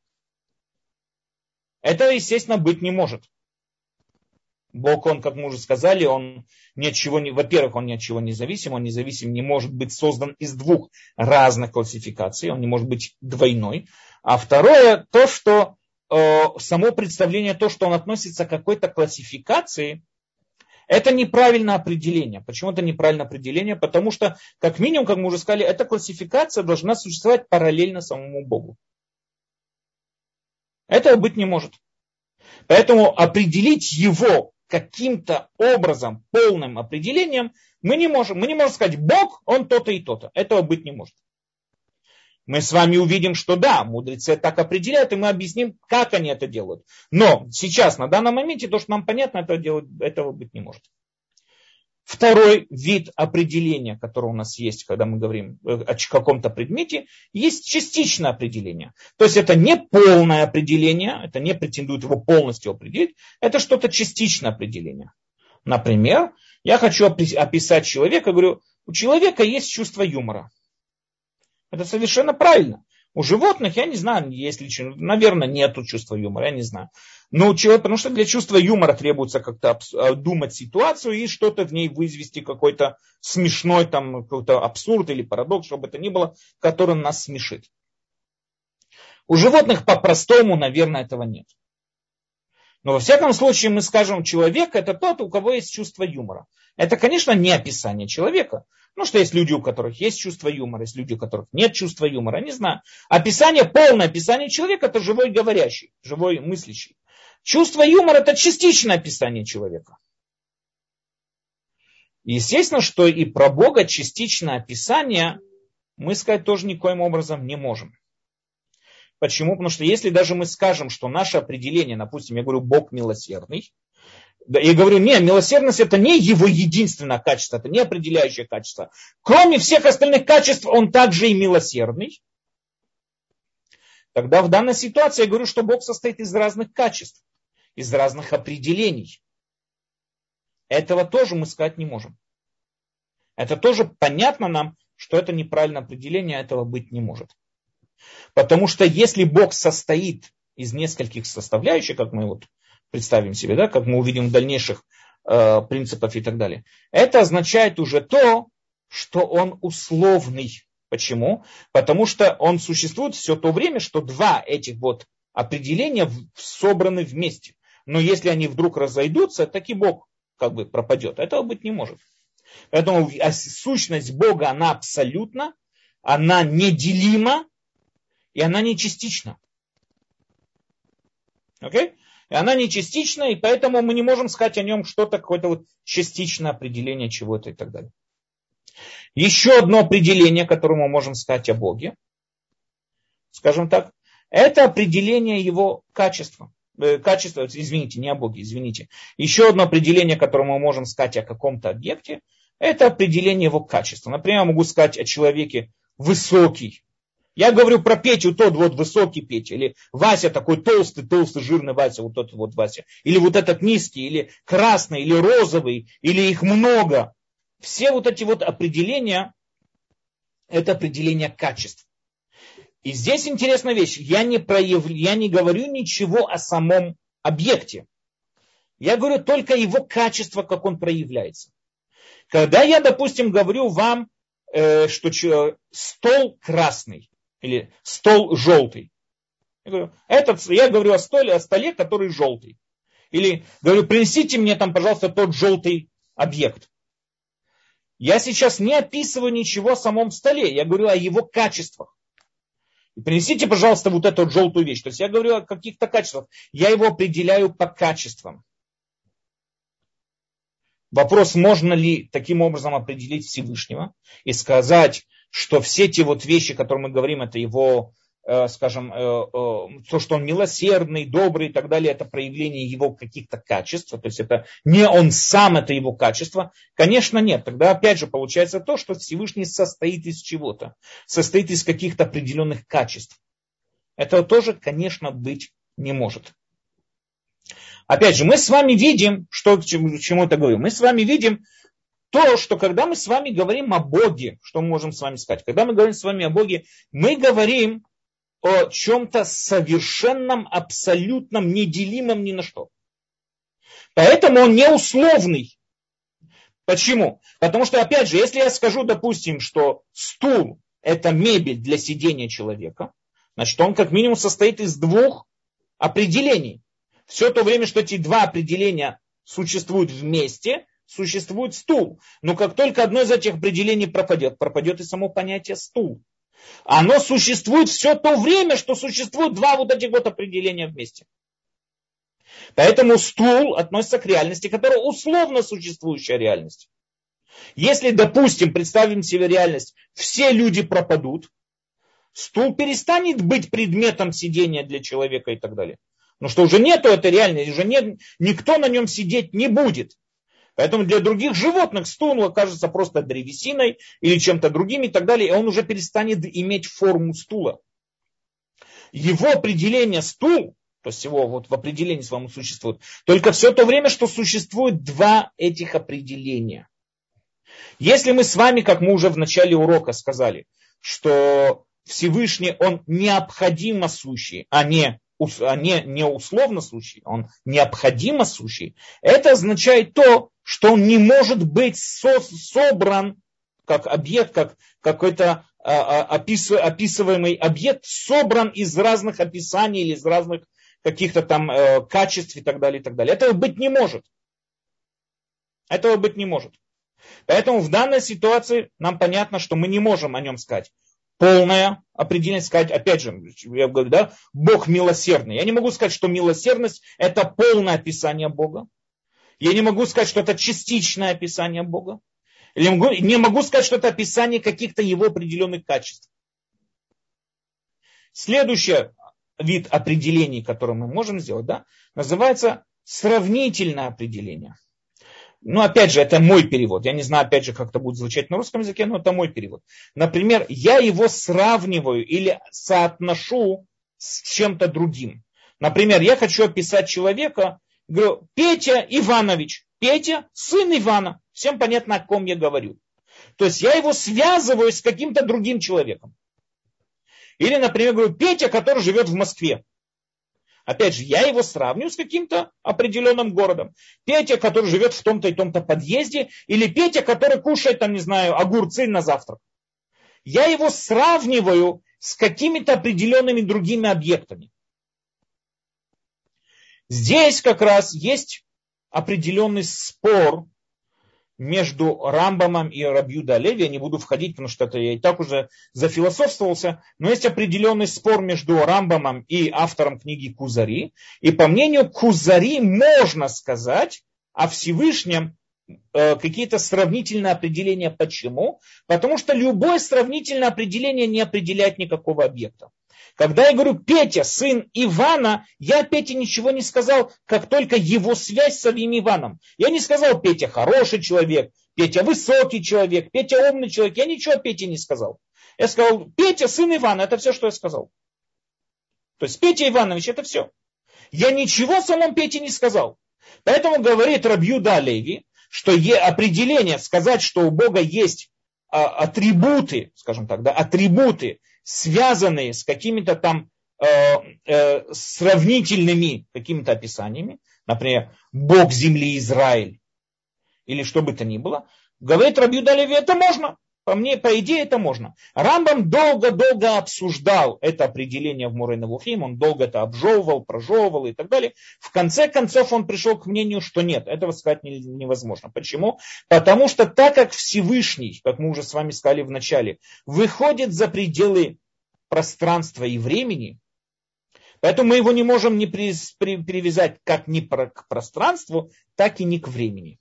Это, естественно, быть не может. Бог, он, как мы уже сказали, он ни от чего не, во-первых, он ни от чего не зависим, он независим, не может быть создан из двух разных классификаций, он не может быть двойной. А второе, то, что само представление, то, что он относится к какой-то классификации, это неправильное определение. Почему это неправильное определение? Потому что, как минимум, как мы уже сказали, эта классификация должна существовать параллельно самому Богу. Этого быть не может. Поэтому определить его каким-то образом, полным определением, мы не можем. Мы не можем сказать, Бог, он то-то и то-то. Этого быть не может. Мы с вами увидим, что да, мудрецы так определяют, и мы объясним, как они это делают. Но сейчас, на данном моменте, то, что нам понятно, этого быть не может. Второй вид определения, который у нас есть, когда мы говорим о каком-то предмете, есть частичное определение. То есть это не полное определение, это не претендует его полностью определить, это что-то частичное определение. Например, я хочу описать человека, говорю, у человека есть чувство юмора. Это совершенно правильно. У животных, я не знаю, если, наверное, нет чувства юмора, я не знаю. Но потому что для чувства юмора требуется как-то думать ситуацию и что-то в ней вызвести, какой-то смешной там, какой-то абсурд или парадокс, чтобы это ни было, который нас смешит. У животных по-простому, наверное, этого нет. Но во всяком случае мы скажем, человек это тот, у кого есть чувство юмора. Это, конечно, не описание человека. Ну, что есть люди, у которых есть чувство юмора, есть люди, у которых нет чувства юмора, не знаю. Описание, полное описание человека, это живой говорящий, живой мыслящий. Чувство юмора, это частичное описание человека. Естественно, что и про Бога частичное описание мы сказать тоже никоим образом не можем. Почему? Потому что если даже мы скажем, что наше определение, допустим, я говорю, Бог милосердный, я говорю, не, милосердность это не его единственное качество, это не определяющее качество. Кроме всех остальных качеств, он также и милосердный. Тогда в данной ситуации я говорю, что Бог состоит из разных качеств, из разных определений. Этого тоже мы сказать не можем. Это тоже понятно нам, что это неправильное определение, этого быть не может. Потому что если Бог состоит из нескольких составляющих, как мы вот представим себе, да, как мы увидим в дальнейших принципах и так далее, это означает уже то, что он условный. Почему? Потому что он существует все то время, что два этих вот определения собраны вместе. Но если они вдруг разойдутся, так и Бог как бы пропадет. Этого быть не может. Поэтому сущность Бога, она абсолютна, она неделима, и она не частична. Окей? И она не частична, и поэтому мы не можем сказать о нем что-то, какое-то вот частичное определение чего-то и так далее. Еще одно определение, которое мы можем сказать о Боге, скажем так, это определение его качества. Извините, не о Боге, извините. Еще одно определение, которое мы можем сказать о каком-то объекте, это определение его качества. Например, я могу сказать о человеке высокий. Я говорю про Петю, тот вот высокий Петя, или Вася такой толстый, жирный Вася, вот тот вот Вася, или вот этот низкий, или красный, или розовый, или их много. Все вот эти вот определения, это определение качеств. И здесь интересная вещь, я не говорю ничего о самом объекте. Я говорю только его качество, как он проявляется. Когда я, допустим, говорю вам, что стол красный, или стол желтый. Я говорю о столе, который желтый. Или говорю, принесите мне там, пожалуйста, тот желтый объект. Я сейчас не описываю ничего о самом столе, я говорю о его качествах. И принесите, пожалуйста, вот эту вот желтую вещь. То есть я говорю о каких-то качествах. Я его определяю по качествам. Вопрос, можно ли таким образом определить Всевышнего и сказать, что все те вот вещи, которые мы говорим, это его, скажем, то, что он милосердный, добрый и так далее, это проявление его каких-то качеств, то есть это не он сам, это его качество. Конечно, нет. Тогда опять же получается то, что Всевышний состоит из чего-то, состоит из каких-то определенных качеств. Этого тоже, конечно, быть не может. Опять же, мы с вами видим, к чему это говорю. Мы с вами видим то, что когда мы с вами говорим о Боге, что мы можем с вами сказать? Когда мы говорим с вами о Боге, мы говорим о чем-то совершенном, абсолютном, неделимом ни на что. Поэтому он не условный. Почему? Потому что, опять же, если я скажу, допустим, что стул – это мебель для сидения человека, значит, он как минимум состоит из двух определений. Все то время, что эти два определения существуют вместе, существует стул. Но как только одно из этих определений пропадет и само понятие стул. Оно существует все то время, что существуют два вот этих вот определения вместе. Поэтому стул относится к реальности, которая условно существующая реальность. Если, допустим, представим себе реальность, все люди пропадут, стул перестанет быть предметом сидения для человека и так далее. Но что уже нету этой реальности, уже никто на нем сидеть не будет. Поэтому для других животных стул окажется просто древесиной или чем-то другим и так далее, и он уже перестанет иметь форму стула. Его определение стул, то есть его вот в определении своему существует, только все то время, что существует два этих определения. Если мы с вами, как мы уже в начале урока сказали, что Всевышний, он необходимо сущий, а не условно сущий, он необходимо сущий, это означает то, что он не может быть собран как объект, как какой-то описываемый объект, собран из разных описаний или из разных каких-то там качеств и так далее, и так далее. Этого быть не может. Этого быть не может. Поэтому в данной ситуации нам понятно, что мы не можем о нем сказать полное определение, сказать, опять же, я говорю, да, Бог милосердный. Я не могу сказать, что милосердность это полное описание Бога. Я не могу сказать, что это частичное описание Бога. Или не могу сказать, что это описание каких-то его определенных качеств. Следующий вид определений, который мы можем сделать, да, называется сравнительное определение. Ну, опять же, это мой перевод. Я не знаю, опять же, как это будет звучать на русском языке, но это мой перевод. Например, я его сравниваю или соотношу с чем-то другим. Например, я хочу описать человека, говорю, Петя Иванович. Петя, сын Ивана. Всем понятно, о ком я говорю. То есть я его связываю с каким-то другим человеком. Или, например, говорю, Петя, который живет в Москве. Опять же, я его сравниваю с каким-то определенным городом. Петя, который живет в том-то и том-то подъезде, или Петя, который кушает, там, не знаю, огурцы на завтрак. Я его сравниваю с какими-то определенными другими объектами. Здесь как раз есть определенный спор между Рамбамом и Раби Юда а-Леви. Я не буду входить, потому что это я и так уже зафилософствовался. Но есть определенный спор между Рамбамом и автором книги Кузари. И по мнению Кузари можно сказать о Всевышнем какие-то сравнительные определения. Почему? Потому что любое сравнительное определение не определяет никакого объекта. Когда я говорю Петя, сын Ивана, я Пете ничего не сказал, как только его связь с самим Иваном. Я не сказал Петя хороший человек, Петя высокий человек, Петя умный человек. Я ничего о Пете не сказал. Я сказал Петя, сын Ивана, это все, что я сказал. То есть Петя Иванович, это все. Я ничего о самом Пете не сказал. Поэтому говорит Раби Юда а-Леви, что определение, сказать, что у Бога есть атрибуты, скажем так, да, атрибуты, связанные с какими-то там сравнительными какими-то описаниями, например, Бог земли Израиль, или что бы то ни было, говорит Раби Юда а-Леви, это можно. По мне, по идее, это можно. Рамбам долго-долго обсуждал это определение в Морeh Невухим, он долго это обжевывал, прожевывал и так далее. В конце концов он пришел к мнению, что нет, этого сказать невозможно. Почему? Потому что так как Всевышний, как мы уже с вами сказали в начале, выходит за пределы пространства и времени, поэтому мы его не можем привязать как ни к пространству, так и ни к времени.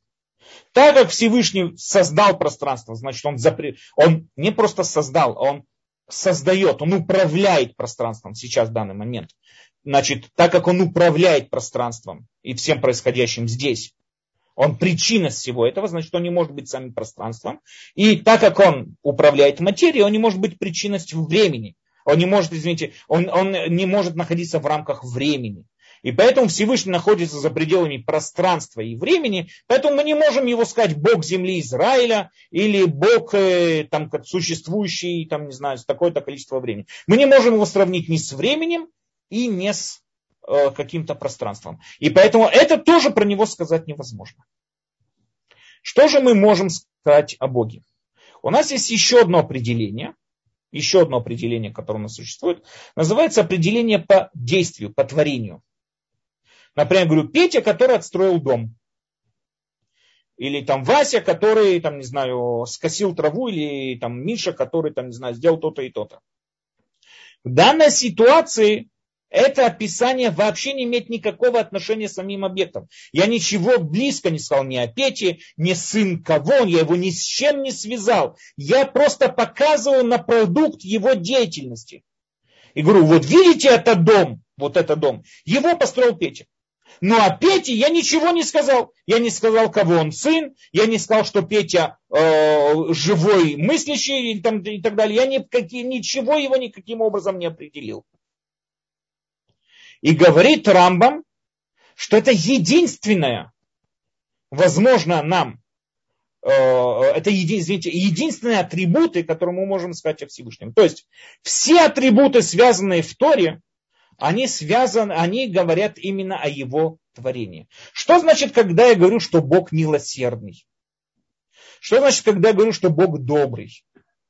Так как Всевышний создал пространство, значит, он не просто создал, он создает, он управляет пространством сейчас, в данный момент. Значит, так как он управляет пространством и всем происходящим здесь, он причина всего этого, значит, он не может быть самим пространством. И так как он управляет материей, он не может быть причинностью времени. Он не может, извините, он не может находиться в рамках времени. И поэтому Всевышний находится за пределами пространства и времени, поэтому мы не можем его сказать Бог земли Израиля или Бог там, как существующий, там, не знаю, с такое-то количество времени. Мы не можем его сравнить ни с временем и не с каким-то пространством. И поэтому это тоже про него сказать невозможно. Что же мы можем сказать о Боге? У нас есть еще одно определение, которое у нас существует, называется определение по действию, по творению. Например, говорю, Петя, который отстроил дом. Или там Вася, который, там, не знаю, скосил траву, или там Миша, который, там, не знаю, сделал то-то и то-то. В данной ситуации это описание вообще не имеет никакого отношения с самим объектом. Я ничего близко не сказал ни о Пете, ни сын кого, я его ни с чем не связал. Я просто показывал на продукт его деятельности. И говорю, вот видите этот дом, его построил Петя. Но о Пете я ничего не сказал. Я не сказал, кого он сын. Я не сказал, что Петя живой, мыслящий и так далее. Я ничего его никаким образом не определил. И говорит Рамбам, что это единственное, возможно, нам, это единственные атрибуты, которые мы можем сказать о Всевышнем. То есть все атрибуты, связанные в Торе, они говорят именно о его творении. Что значит, когда я говорю, что Бог милосердный? Что значит, когда я говорю, что Бог добрый?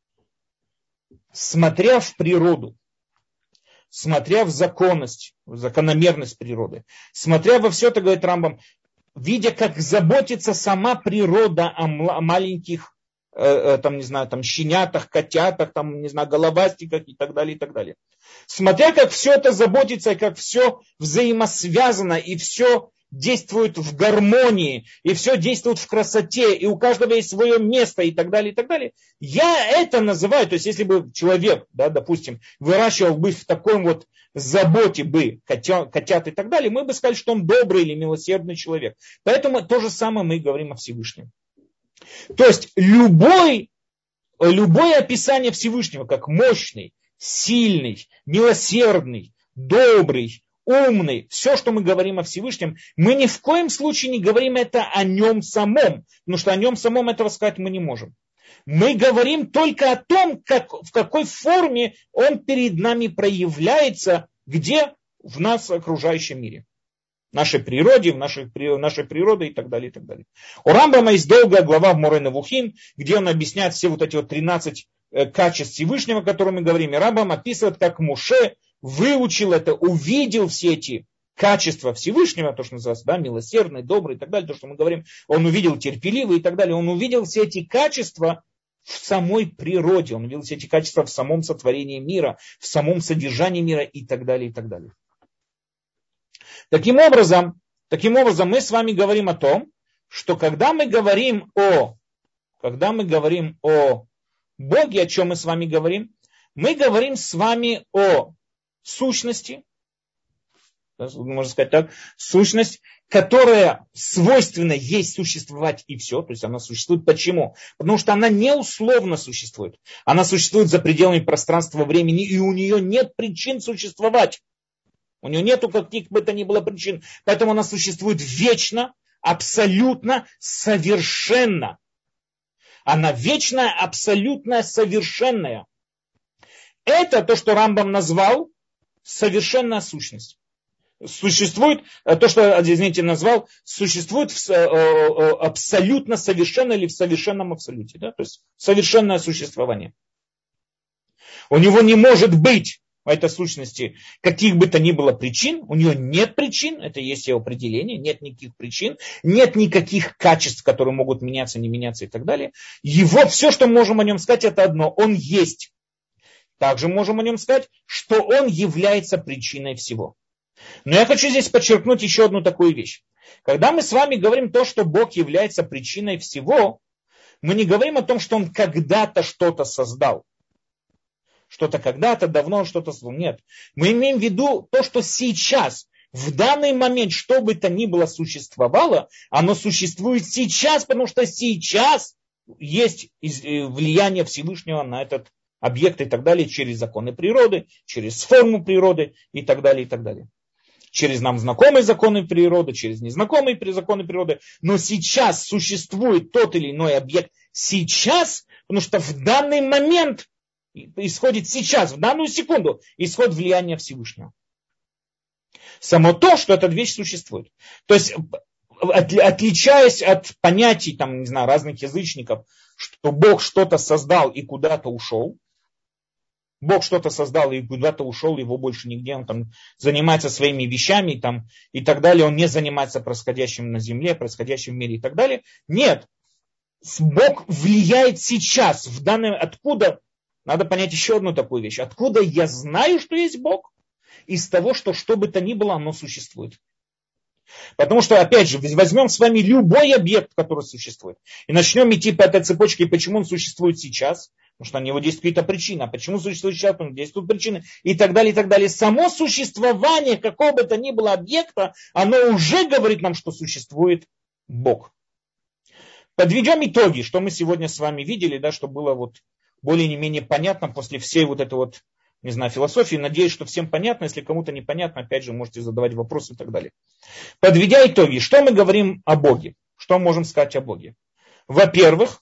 Смотря в природу, смотря в законность, в закономерность природы, смотря во все это, говорит Рамбам, видя, как заботится сама природа о маленьких, там, не знаю, там, щенятах, котятах, там, не знаю, головастиках и так далее, и так далее. Смотря, как все это заботится, и как все взаимосвязано, и все действует в гармонии, и все действует в красоте, и у каждого есть свое место, и так далее, и так далее. Я это называю, то есть, если бы человек, да, допустим, выращивал бы в таком вот заботе бы котят и так далее, мы бы сказали, что он добрый или милосердный человек. Поэтому то же самое мы говорим о Всевышнем. То есть любое описание Всевышнего, как мощный, сильный, милосердный, добрый, умный, все, что мы говорим о Всевышнем, мы ни в коем случае не говорим это о нем самом, потому что о нем самом этого сказать мы не можем. Мы говорим только о том, в какой форме он перед нами проявляется, где в нас окружающем мире. В нашей природе, в нашей природе и так далее, и так далее. У Рамбама есть долгая глава в Море Невухим, где он объясняет все вот эти вот 13 качеств Всевышнего, о которых мы говорим. И Рамбам описывает, как Моше выучил это, увидел все эти качества Всевышнего, то, что называется, да, милосердный, добрый и так далее, то, что мы говорим, он увидел терпеливый и так далее. Он увидел все эти качества в самой природе, он увидел все эти качества в самом сотворении мира, в самом содержании мира и так далее, и так далее. Таким образом, мы с вами говорим о том, что когда мы говорим о Боге, о чем мы с вами говорим с вами о сущности, можно сказать так, сущность, которая свойственна ей существовать и все, то есть она существует. Почему? Потому что она не условно существует. Она существует за пределами пространства времени, и у нее нет причин существовать. У нее нету каких бы то ни было причин. Поэтому она существует вечно, абсолютно, совершенно. Она вечная, абсолютная, совершенная. Это то, что Рамбам назвал совершенная сущность. Существует, то, что, извините, назвал, существует абсолютно совершенно или в совершенном абсолюте. Да? То есть совершенное существование. У него не может быть в этой сущности каких бы то ни было причин, у нее нет причин, это есть его определение, нет никаких причин, нет никаких качеств, которые могут меняться, не меняться и так далее. Его, все, что мы можем о нем сказать, это одно, он есть. Также можем о нем сказать, что он является причиной всего. Но я хочу здесь подчеркнуть еще одну такую вещь. Когда мы с вами говорим то, что Бог является причиной всего, мы не говорим о том, что Он когда-то что-то создал. Что-то когда-то, давно что-то создал. Нет. Мы имеем в виду то, что сейчас, в данный момент, что бы то ни было существовало, оно существует сейчас, потому что сейчас есть влияние Всевышнего на этот объект и так далее, через законы природы, через форму природы и так далее, и так далее. Через нам знакомые законы природы, через незнакомые законы природы. Но сейчас существует тот или иной объект сейчас, потому что в данный момент исходит сейчас, в данную секунду, исходит влияние Всевышнего. Само то, что эта вещь существует. То есть, отличаясь от понятий, там, не знаю, разных язычников, что Бог что-то создал и куда-то ушел, Бог что-то создал и куда-то ушел, его больше нигде, он там занимается своими вещами там, и так далее, он не занимается происходящим на земле, происходящим в мире и так далее. Нет, Бог влияет сейчас, в данном, откуда, надо понять еще одну такую вещь, откуда я знаю, что есть Бог? Из того, что бы то ни было, оно существует. Потому что, опять же, возьмем с вами любой объект, который существует, и начнем идти по этой цепочке, почему он существует сейчас, потому что на него действует какая-то причина, почему существует сейчас, потому что действуют причины, и так далее, и так далее. Само существование какого бы то ни было объекта, оно уже говорит нам, что существует Бог. Подведем итоги, что мы сегодня с вами видели, да, что было вот более-менее понятно после всей вот этой вот, не знаю, философии. Надеюсь, что всем понятно. Если кому-то непонятно, опять же, можете задавать вопросы и так далее. Подведя итоги, что мы говорим о Боге? Что мы можем сказать о Боге? Во-первых,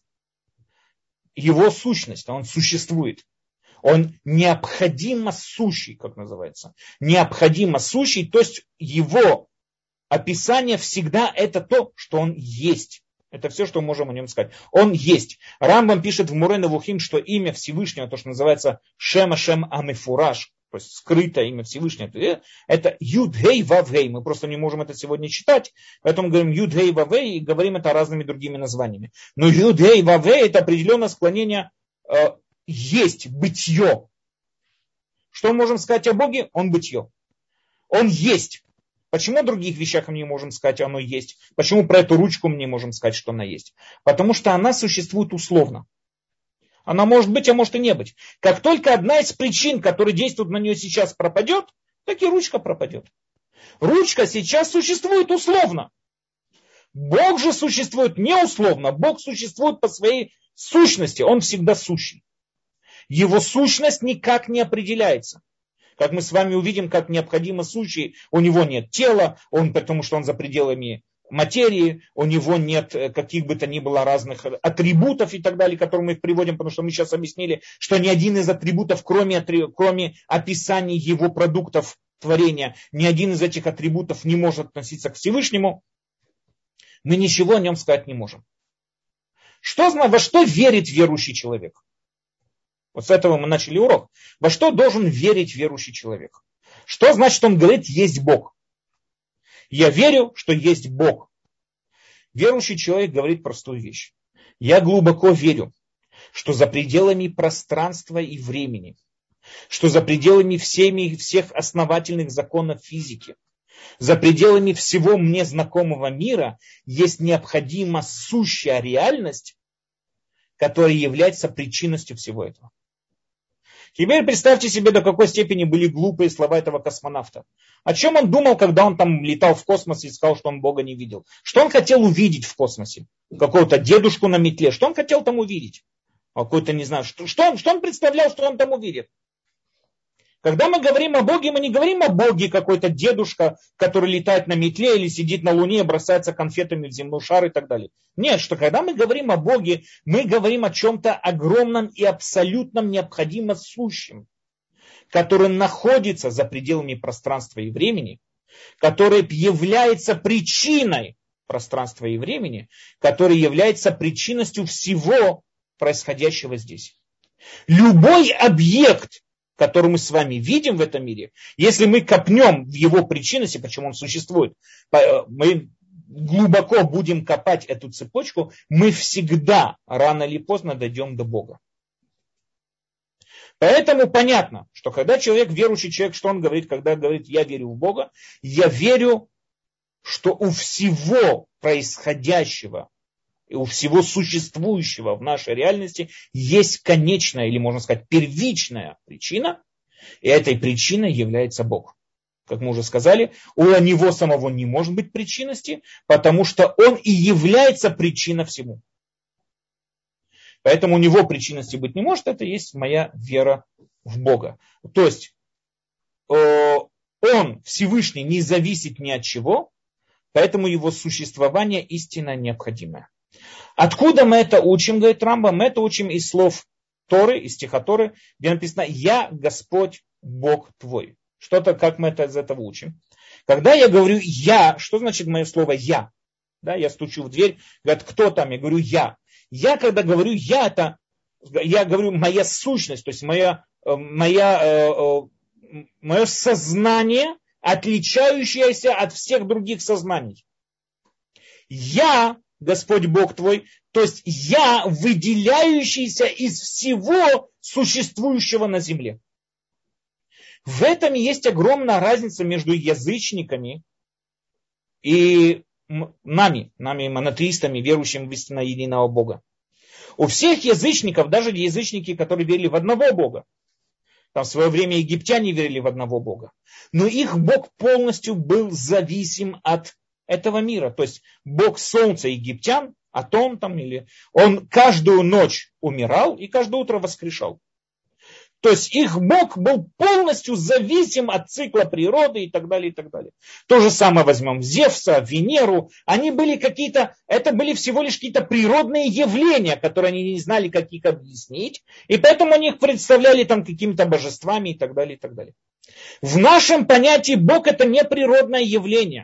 его сущность, он существует. Он необходимо сущий, как называется. Необходимо сущий, то есть его описание всегда это то, что он есть. Это все, что мы можем о нем сказать. Он есть. Рамбам пишет в Муре Невухим, что имя Всевышнего, то, что называется Шем Ашем Амефураж, то есть скрытое имя Всевышнего, это Юд-Гей Вав-Гей. Мы просто не можем это сегодня читать, поэтому говорим Юд-Гей Вав-Гей и говорим это разными другими названиями. Но Юд-Гей Вав-Гей это определенное склонение есть, бытие. Что мы можем сказать о Боге? Он бытие. Он есть. Почему о других вещах мы не можем сказать, оно есть? Почему про эту ручку мы не можем сказать, что она есть? Потому что она существует условно. Она может быть, а может и не быть. Как только одна из причин, которые действуют на нее сейчас, пропадет, так и ручка пропадет. Ручка сейчас существует условно. Бог же существует не условно. Бог существует по своей сущности. Он всегда сущий. Его сущность никак не определяется. Как мы с вами увидим, как необходимо сущий, у него нет тела, потому что он за пределами материи, у него нет каких бы то ни было разных атрибутов и так далее, которые мы их приводим, потому что мы сейчас объяснили, что ни один из атрибутов, кроме описания его продуктов творения, ни один из этих атрибутов не может относиться к Всевышнему, мы ничего о нем сказать не можем. Во что верит верующий человек? Вот с этого мы начали урок. Во что должен верить верующий человек? Что значит, он говорит, есть Бог? Я верю, что есть Бог. Верующий человек говорит простую вещь. Я глубоко верю, что за пределами пространства и времени, что за пределами всех основательных законов физики, за пределами всего мне знакомого мира есть необходима сущая реальность, которая является причинностью всего этого. Теперь представьте себе, до какой степени были глупые слова этого космонавта. О чем он думал, когда он там летал в космос и сказал, что он Бога не видел? Что он хотел увидеть в космосе? Какого-то дедушку на метле. Что он хотел там увидеть? Какой-то, не знаю, что он представлял, что он там увидит? Когда мы говорим о Боге, мы не говорим о Боге какой-то дедушка, который летает на метле или сидит на Луне и бросается конфетами в земной шар и так далее. Нет, что когда мы говорим о Боге, мы говорим о чем-то огромном и абсолютном необходимо сущем, который находится за пределами пространства и времени, который является причиной пространства и времени, который является причинностью всего происходящего здесь. Любой объект, который мы с вами видим в этом мире, если мы копнем в его причинности, почему он существует, мы глубоко будем копать эту цепочку, мы всегда, рано или поздно, дойдем до Бога. Поэтому понятно, что когда человек, верующий человек, что он говорит, когда говорит, я верю в Бога, я верю что у всего происходящего и у всего существующего в нашей реальности есть конечная, или можно сказать, первичная причина, и этой причиной является Бог. Как мы уже сказали, у него самого не может быть причинности, потому что он и является причиной всему. Поэтому у него причинности быть не может, это есть моя вера в Бога. То есть он, Всевышний, не зависит ни от чего, поэтому его существование истинно необходимое. Откуда мы это учим, говорит Рамбам? Мы это учим из слов Торы, из стиха Торы, где написано «Я Господь Бог твой». Что-то, как мы это из этого учим. Когда я говорю «я», что значит мое слово «я»? Да, я стучу в дверь, говорят, кто там? Я говорю «я». Я, когда говорю «я», это, я говорю «моя сущность», то есть мое сознание, отличающееся от всех других сознаний. Я, Господь Бог твой, то есть я, выделяющийся из всего существующего на земле. В этом есть огромная разница между язычниками и нами, монотеистами, верующими в истинно единого Бога. У всех язычников, даже язычники, которые верили в одного Бога, там в свое время египтяне верили в одного Бога, но их Бог полностью был зависим от этого мира. То есть Бог солнца египтян, Атон там, он каждую ночь умирал и каждое утро воскрешал. То есть их Бог был полностью зависим от цикла природы и так далее, и так далее. То же самое возьмем Зевса, Венеру. Они были это были всего лишь какие-то природные явления, которые они не знали, как их объяснить. И поэтому они их представляли там какими-то божествами и так далее, и так далее. В нашем понятии Бог это не природное явление.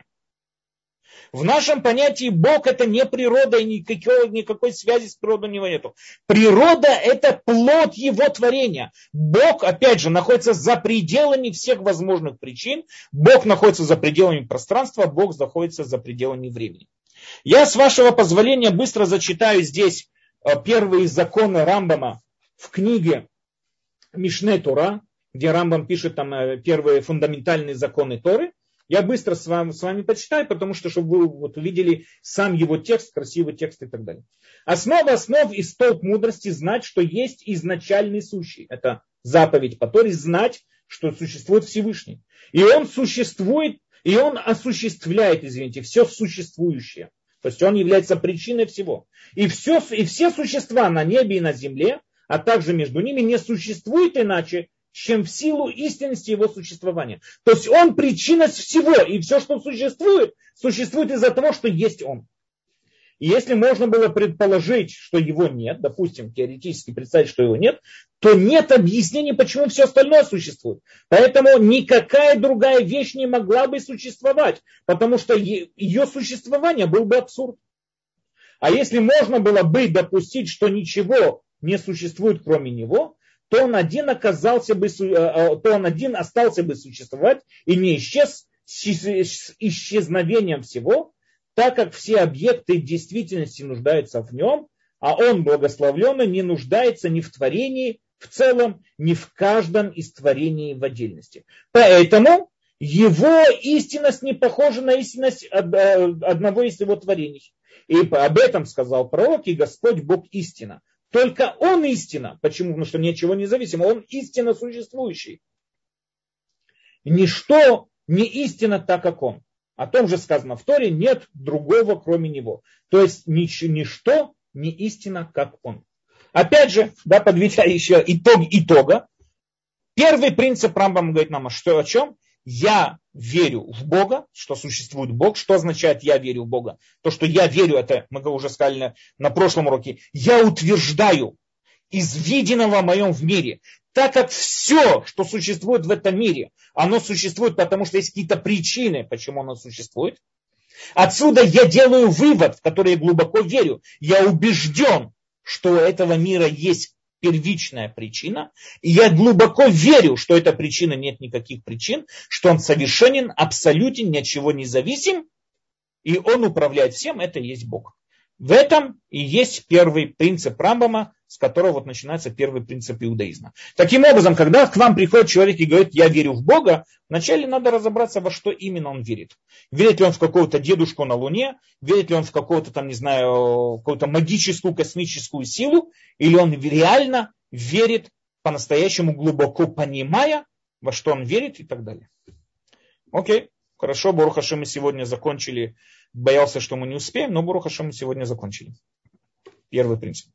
В нашем понятии Бог это не природа, и никакой связи с природой у него нету. Природа это плод его творения. Бог, опять же, находится за пределами всех возможных причин. Бог находится за пределами пространства, Бог находится за пределами времени. Я, с вашего позволения, быстро зачитаю здесь первые законы Рамбама в книге Мишне Тора, где Рамбам пишет там первые фундаментальные законы Торы. Я быстро с вами почитаю, потому что, чтобы вы увидели сам его текст, красивый текст и так далее. Основа основ и столб мудрости знать, что есть изначальный сущий. Это заповедь по Торе, знать, что существует Всевышний. И он существует, и он осуществляет, все существующее. То есть он является причиной всего. И все существа на небе и на земле, а также между ними не существует иначе, чем в силу истинности его существования. То есть он причина всего, и все, что существует, существует из-за того, что есть он. И если можно было предположить, что его нет, допустим, теоретически представить, что его нет, то нет объяснений, почему все остальное существует. Поэтому никакая другая вещь не могла бы существовать, потому что ее существование был бы абсурд. А если можно было бы допустить, что ничего не существует, кроме него, то он один остался бы существовать и не исчез с исчезновением всего, так как все объекты действительности нуждаются в нем, а он, благословленный, не нуждается ни в творении в целом, ни в каждом из творений в отдельности. Поэтому его истинность не похожа на истинность одного из его творений. И об этом сказал пророк, и Господь Бог истина. Только он истина. Почему? Потому что ничего не зависимо. Он истинно существующий. Ничто не истина так, как он. О том же сказано в Торе, нет другого, кроме него. То есть ничто не истина, как он. Опять же, подведя еще итога. Первый принцип Рамбам говорит нам о чем? Я верю в Бога, что существует Бог. Что означает я верю в Бога? То, что я верю, это мы уже сказали на прошлом уроке. Я утверждаю из виденного моем в мире. Так как все, что существует в этом мире, оно существует, потому что есть какие-то причины, почему оно существует. Отсюда я делаю вывод, в который я глубоко верю. Я убежден, что у этого мира есть первичная причина, и я глубоко верю, что эта причина нет никаких причин, что он совершенен, абсолютен, ни от чего не зависим, и он управляет всем, это и есть Бог. В этом и есть первый принцип Рамбама, с которого вот начинается первый принцип иудаизма. Таким образом, когда к вам приходит человек и говорит, я верю в Бога, вначале надо разобраться, во что именно он верит. Верит ли он в какого-то дедушку на Луне, верит ли он в какого-то там, не знаю, какую-то магическую космическую силу, или он реально верит по-настоящему глубоко понимая, во что он верит и так далее. Окей, хорошо, Барух Ашем, мы сегодня закончили. Боялся, что мы не успеем, но Барух Ашем, мы сегодня закончили. Первый принцип.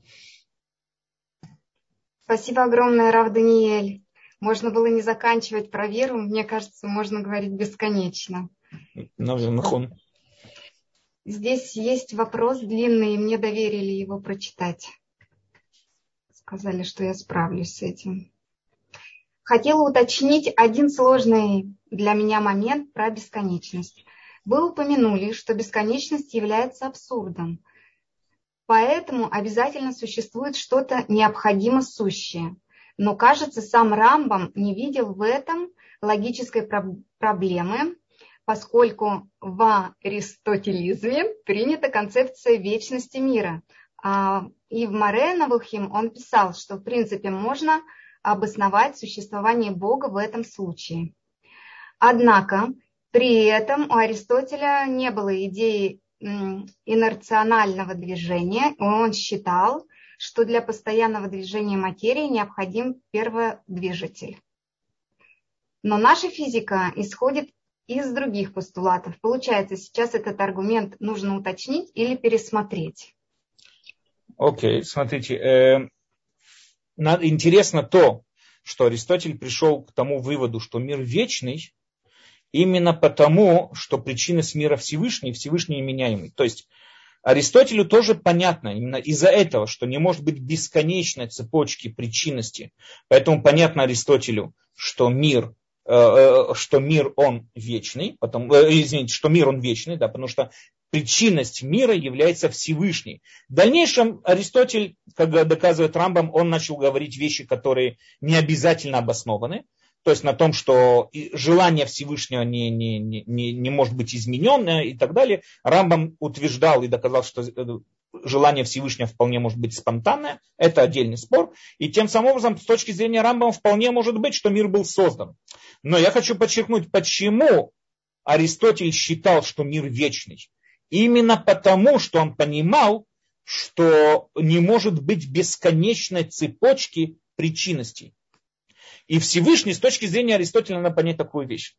Спасибо огромное, Рав Даниэль. Можно было не заканчивать про веру. Мне кажется, можно говорить бесконечно. Нахон. Здесь есть вопрос длинный, и мне доверили его прочитать. Сказали, что я справлюсь с этим. Хотела уточнить один сложный для меня момент про бесконечность. Вы упомянули, что бесконечность является абсурдом. Поэтому обязательно существует что-то необходимо сущее. Но, кажется, сам Рамбам не видел в этом логической проблемы, поскольку в аристотелизме принята концепция вечности мира. И в Море Навухим он писал, что в принципе можно обосновать существование Бога в этом случае. Однако при этом у Аристотеля не было идеи инерционального движения. Он считал, что для постоянного движения материи необходим перводвижитель. Но наша физика исходит из других постулатов. Получается, сейчас этот аргумент нужно уточнить или пересмотреть. Окей, смотрите. Интересно то, что Аристотель пришел к тому выводу, что мир вечный, именно потому, что причинность мира Всевышний, Всевышний неменяемый. То есть Аристотелю тоже понятно, именно из-за этого, что не может быть бесконечной цепочки причинности. Поэтому понятно Аристотелю, что мир он вечный, что мир он вечный, да, потому что причинность мира является Всевышней. В дальнейшем Аристотель, как доказывает Рамбам, он начал говорить вещи, которые не обязательно обоснованы. То есть на том, что желание Всевышнего не может быть изменено и так далее. Рамбам утверждал и доказал, что желание Всевышнего вполне может быть спонтанное. Это отдельный спор. И тем самым образом, с точки зрения Рамбама, вполне может быть, что мир был создан. Но я хочу подчеркнуть, почему Аристотель считал, что мир вечный. Именно потому, что он понимал, что не может быть бесконечной цепочки причинностей. И Всевышний, с точки зрения Аристотеля, надо понять такую вещь.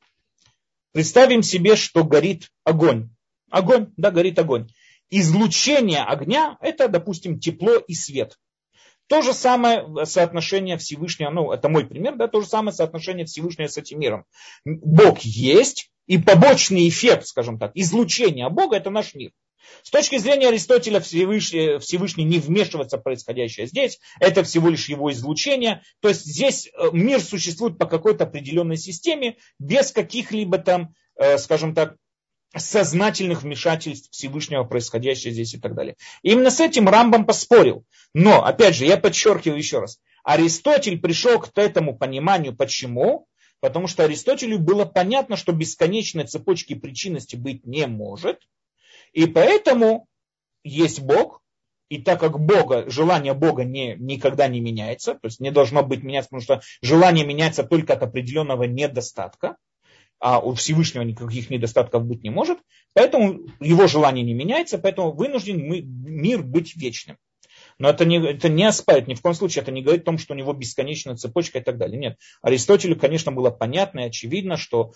Представим себе, что горит огонь. Огонь, да, горит огонь. Излучение огня – это, допустим, тепло и свет. То же самое соотношение Всевышнего, это мой пример, да, то же самое соотношение Всевышнего с этим миром. Бог есть, и побочный эффект, скажем так, излучения Бога – это наш мир. С точки зрения Аристотеля Всевышний не вмешивается в происходящее здесь, это всего лишь его излучение. То есть здесь мир существует по какой-то определенной системе, без каких-либо там, скажем так, сознательных вмешательств Всевышнего, происходящего здесь и так далее. И именно с этим Рамбам поспорил. Но, опять же, я подчеркиваю еще раз, Аристотель пришел к этому пониманию. Почему? Потому что Аристотелю было понятно, что бесконечной цепочки причинности быть не может. И поэтому есть Бог, и так как желание Бога никогда не меняется, то есть не должно быть меняться, потому что желание меняется только от определенного недостатка, а у Всевышнего никаких недостатков быть не может, поэтому его желание не меняется, поэтому вынужден мир быть вечным. Но это не оспаривает, ни в коем случае это не говорит о том, что у него бесконечная цепочка и так далее. Нет. Аристотелю, конечно, было понятно и очевидно, что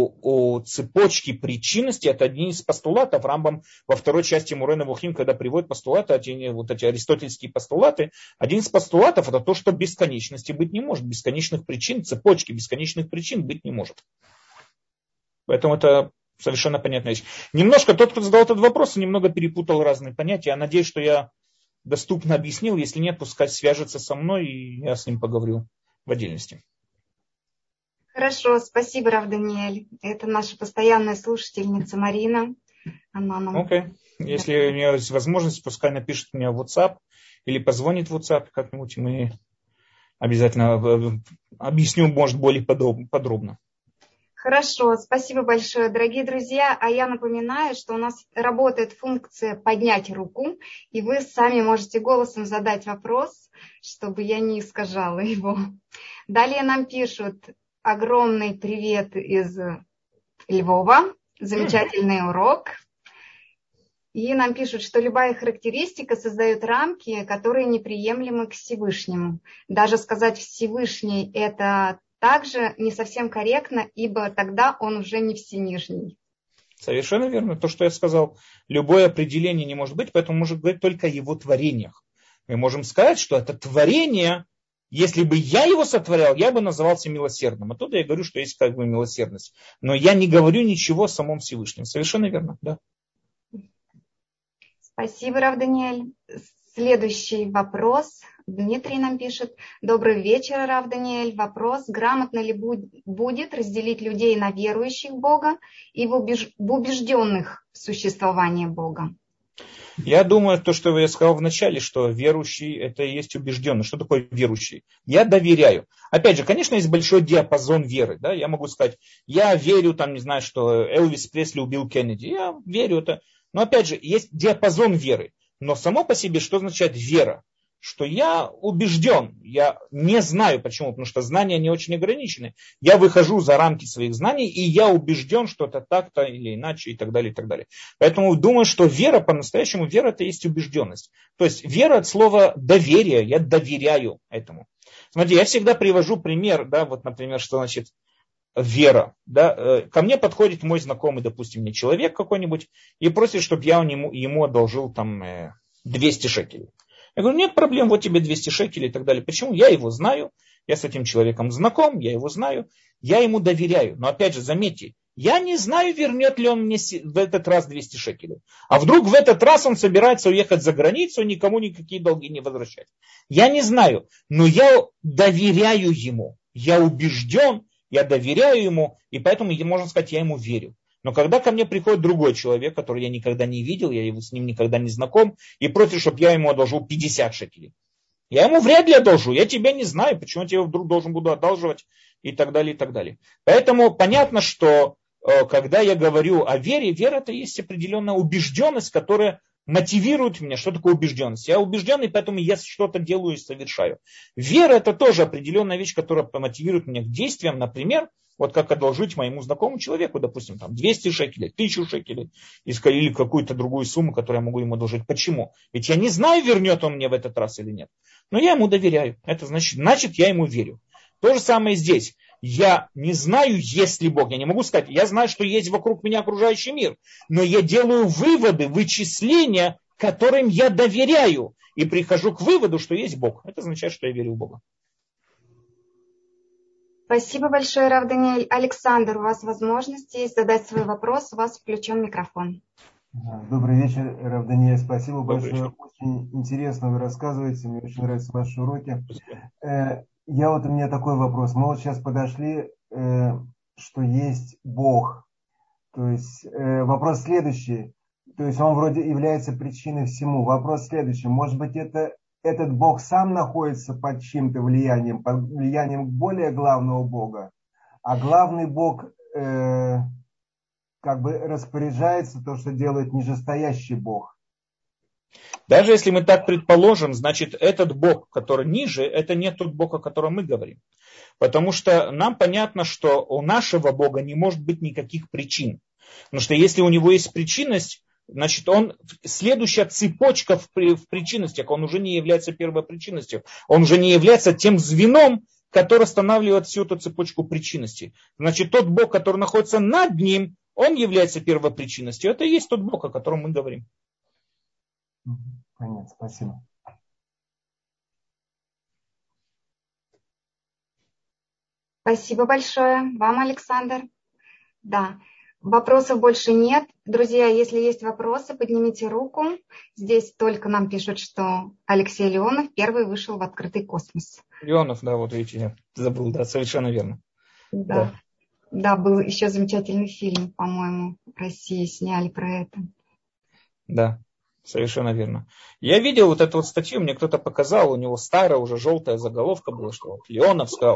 у цепочки причинности это один из постулатов. Рамбам во второй части Море Навухим, когда приводит постулаты, вот эти аристотельские постулаты, один из постулатов это то, что бесконечности быть не может. Бесконечных причин, цепочки бесконечных причин быть не может. Поэтому это совершенно понятная вещь. Немножко тот, кто задал этот вопрос, немного перепутал разные понятия. Я надеюсь, что я доступно объяснил. Если нет, пускай свяжется со мной, и я с ним поговорю в отдельности. Хорошо, спасибо, Рав Даниэль. Это наша постоянная слушательница Марина. Окей. Если у нее есть возможность, пускай напишет мне в WhatsApp или позвонит в WhatsApp как-нибудь, мы обязательно объясню, может, более подробно. Хорошо, спасибо большое, дорогие друзья. А я напоминаю, что у нас работает функция «поднять руку», и вы сами можете голосом задать вопрос, чтобы я не искажала его. Далее нам пишут огромный привет из Львова, замечательный урок. И нам пишут, что любая характеристика создает рамки, которые неприемлемы к Всевышнему. Даже сказать «Всевышний» — это также не совсем корректно, ибо тогда он уже не всенижний. Совершенно верно. То, что я сказал, любое определение не может быть, поэтому можно говорить только о его творениях. Мы можем сказать, что это творение, если бы я его сотворял, я бы назывался милосердным. Оттуда я говорю, что есть как бы милосердность. Но я не говорю ничего о самом Всевышнем. Совершенно верно, да. Спасибо, Рав Даниэль. Следующий вопрос. Дмитрий нам пишет. Добрый вечер, Рав Даниэль. Вопрос. Грамотно ли будет разделить людей на верующих в Бога и в убежденных в существовании Бога? Я думаю, то, что я сказал в начале, что верующий это и есть убежденный. Что такое верующий? Я доверяю. Опять же, конечно, есть большой диапазон веры. Да? Я могу сказать, я верю, там, не знаю, что Элвис Пресли убил Кеннеди. Я верю это. Но опять же, есть диапазон веры. Но само по себе, что означает вера? Что я убежден, я не знаю почему, потому что знания не очень ограничены. Я выхожу за рамки своих знаний, и я убежден, что это так-то или иначе, и так далее, и так далее. Поэтому думаю, что вера, по-настоящему, вера это есть убежденность. То есть вера от слова доверие, я доверяю этому. Смотрите, я всегда привожу пример, да, вот, например, что значит вера. Да, ко мне подходит мой знакомый, допустим, мне человек какой-нибудь, и просит, чтобы я ему одолжил там 200 шекелей. Я говорю, нет проблем, вот тебе 200 шекелей и так далее. Почему? Я его знаю, я с этим человеком знаком, я его знаю, я ему доверяю. Но опять же, заметьте, я не знаю, вернет ли он мне в этот раз 200 шекелей. А вдруг в этот раз он собирается уехать за границу, никому никакие долги не возвращать. Я не знаю, но я доверяю ему, я убежден, я доверяю ему, и поэтому, можно сказать, я ему верю. Но когда ко мне приходит другой человек, который я никогда не видел, я с ним никогда не знаком, и просит, чтобы я ему одолжил 50 шекелей. Я ему вряд ли одолжу, я тебя не знаю, почему я тебе вдруг должен буду одалживать, и так далее, и так далее. Поэтому понятно, что когда я говорю о вере, вера это есть определенная убежденность, которая мотивирует меня. Что такое убежденность? Я убежденный, поэтому я что-то делаю и совершаю. Вера это тоже определенная вещь, которая мотивирует меня к действиям. Например, вот как одолжить моему знакомому человеку, допустим, там 200 шекелей, 1000 шекелей, или какую-то другую сумму, которую я могу ему одолжить. Почему? Ведь я не знаю, вернет он мне в этот раз или нет. Но я ему доверяю. Это значит, я ему верю. То же самое здесь. Я не знаю, есть ли Бог. Я не могу сказать, я знаю, что есть вокруг меня окружающий мир. Но я делаю выводы, вычисления, которым я доверяю. И прихожу к выводу, что есть Бог. Это означает, что я верю в Бога. Спасибо большое, Рав Даниэль. Александр, у вас возможность есть задать свой вопрос. У вас включен микрофон. Добрый вечер, Рав Даниэль. Спасибо большое. Очень интересно вы рассказываете. Мне очень нравятся ваши уроки. У меня такой вопрос. Мы вот сейчас подошли, что есть Бог. То есть вопрос следующий. То есть он вроде является причиной всему. Вопрос следующий. Может быть, этот Бог сам находится под чьим-то влиянием, под влиянием более главного Бога, а главный Бог как бы распоряжается то, что делает нижестоящий Бог. Даже если мы так предположим, значит, этот Бог, который ниже, это не тот Бог, о котором мы говорим. Потому что нам понятно, что у нашего Бога не может быть никаких причин. Потому что если у него есть причинность, значит, он следующая цепочка в причинностях, он уже не является первопричинностью, он уже не является тем звеном, который останавливает всю эту цепочку причинностей. Значит, тот Бог, который находится над ним, он является первопричинностью. Это и есть тот Бог, о котором мы говорим. Понятно, спасибо. Спасибо большое вам, Александр. Да, вопросов больше нет. Друзья, если есть вопросы, поднимите руку. Здесь только нам пишут, что Алексей Леонов первый вышел в открытый космос. Леонов, да, вот видите, я забыл, да, совершенно верно. Да, был еще замечательный фильм, по-моему, в России сняли про это. Да. Совершенно верно. Я видел вот эту вот статью, мне кто-то показал, у него старая, уже желтая заголовка была, что вот Леонов сказал.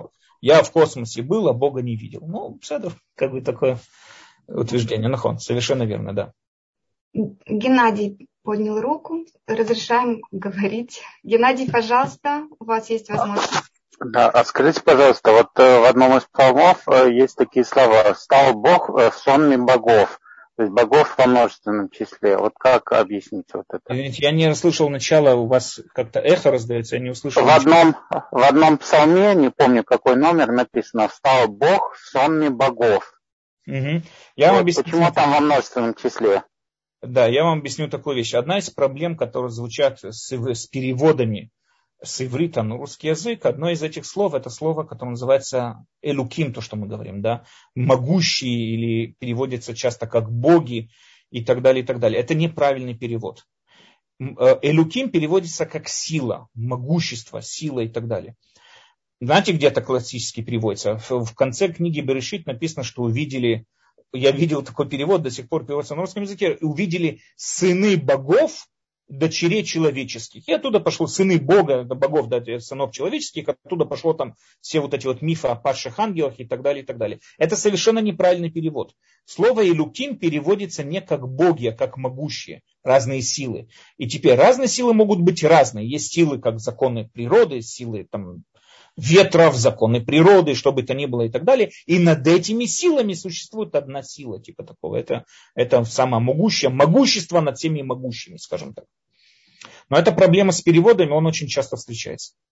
Я в космосе был, а Бога не видел. Ну, как бы такое утверждение. Нахон, совершенно верно, да. Геннадий поднял руку. Разрешаем говорить. Геннадий, пожалуйста, у вас есть возможность. Да, а скажите, пожалуйста, вот в одном из псалмов есть такие слова: «Стал Бог сонми богов», то есть богов во множественном числе. Вот как объяснить вот это? Извините, я не расслышал начала, у вас как-то эхо раздается, я не услышал. В одном псалме, не помню какой номер, написано: «Стал Бог сонми богов». Угу. Я вам объясню, почему там во множественном числе? Да, я вам объясню такую вещь. Одна из проблем, которые звучат с переводами с иврита на русский язык, одно из этих слов, это слово, которое называется элуким, то, что мы говорим, да, могущие, или переводится часто как боги, и так далее, и так далее. Это неправильный перевод. Элуким переводится как сила, могущество, сила и так далее. Знаете, где это классически переводится? В конце книги Берешит написано, что я видел такой перевод, до сих пор переводится на русском языке, увидели сыны богов, дочерей человеческих. И оттуда пошло сыны Бога, богов, да, сынов человеческих, оттуда пошло там все вот эти вот мифы о падших ангелах и так далее, и так далее. Это совершенно неправильный перевод. Слово «элуким» переводится не как боги, а как могущие, разные силы. И теперь разные силы могут быть разные. Есть силы, как законы природы, силы там ветров, законы природы, что бы то ни было и так далее. И над этими силами существует одна сила, типа такого. Это самое могущество над всеми могущими, скажем так. Но эта проблема с переводами, он очень часто встречается.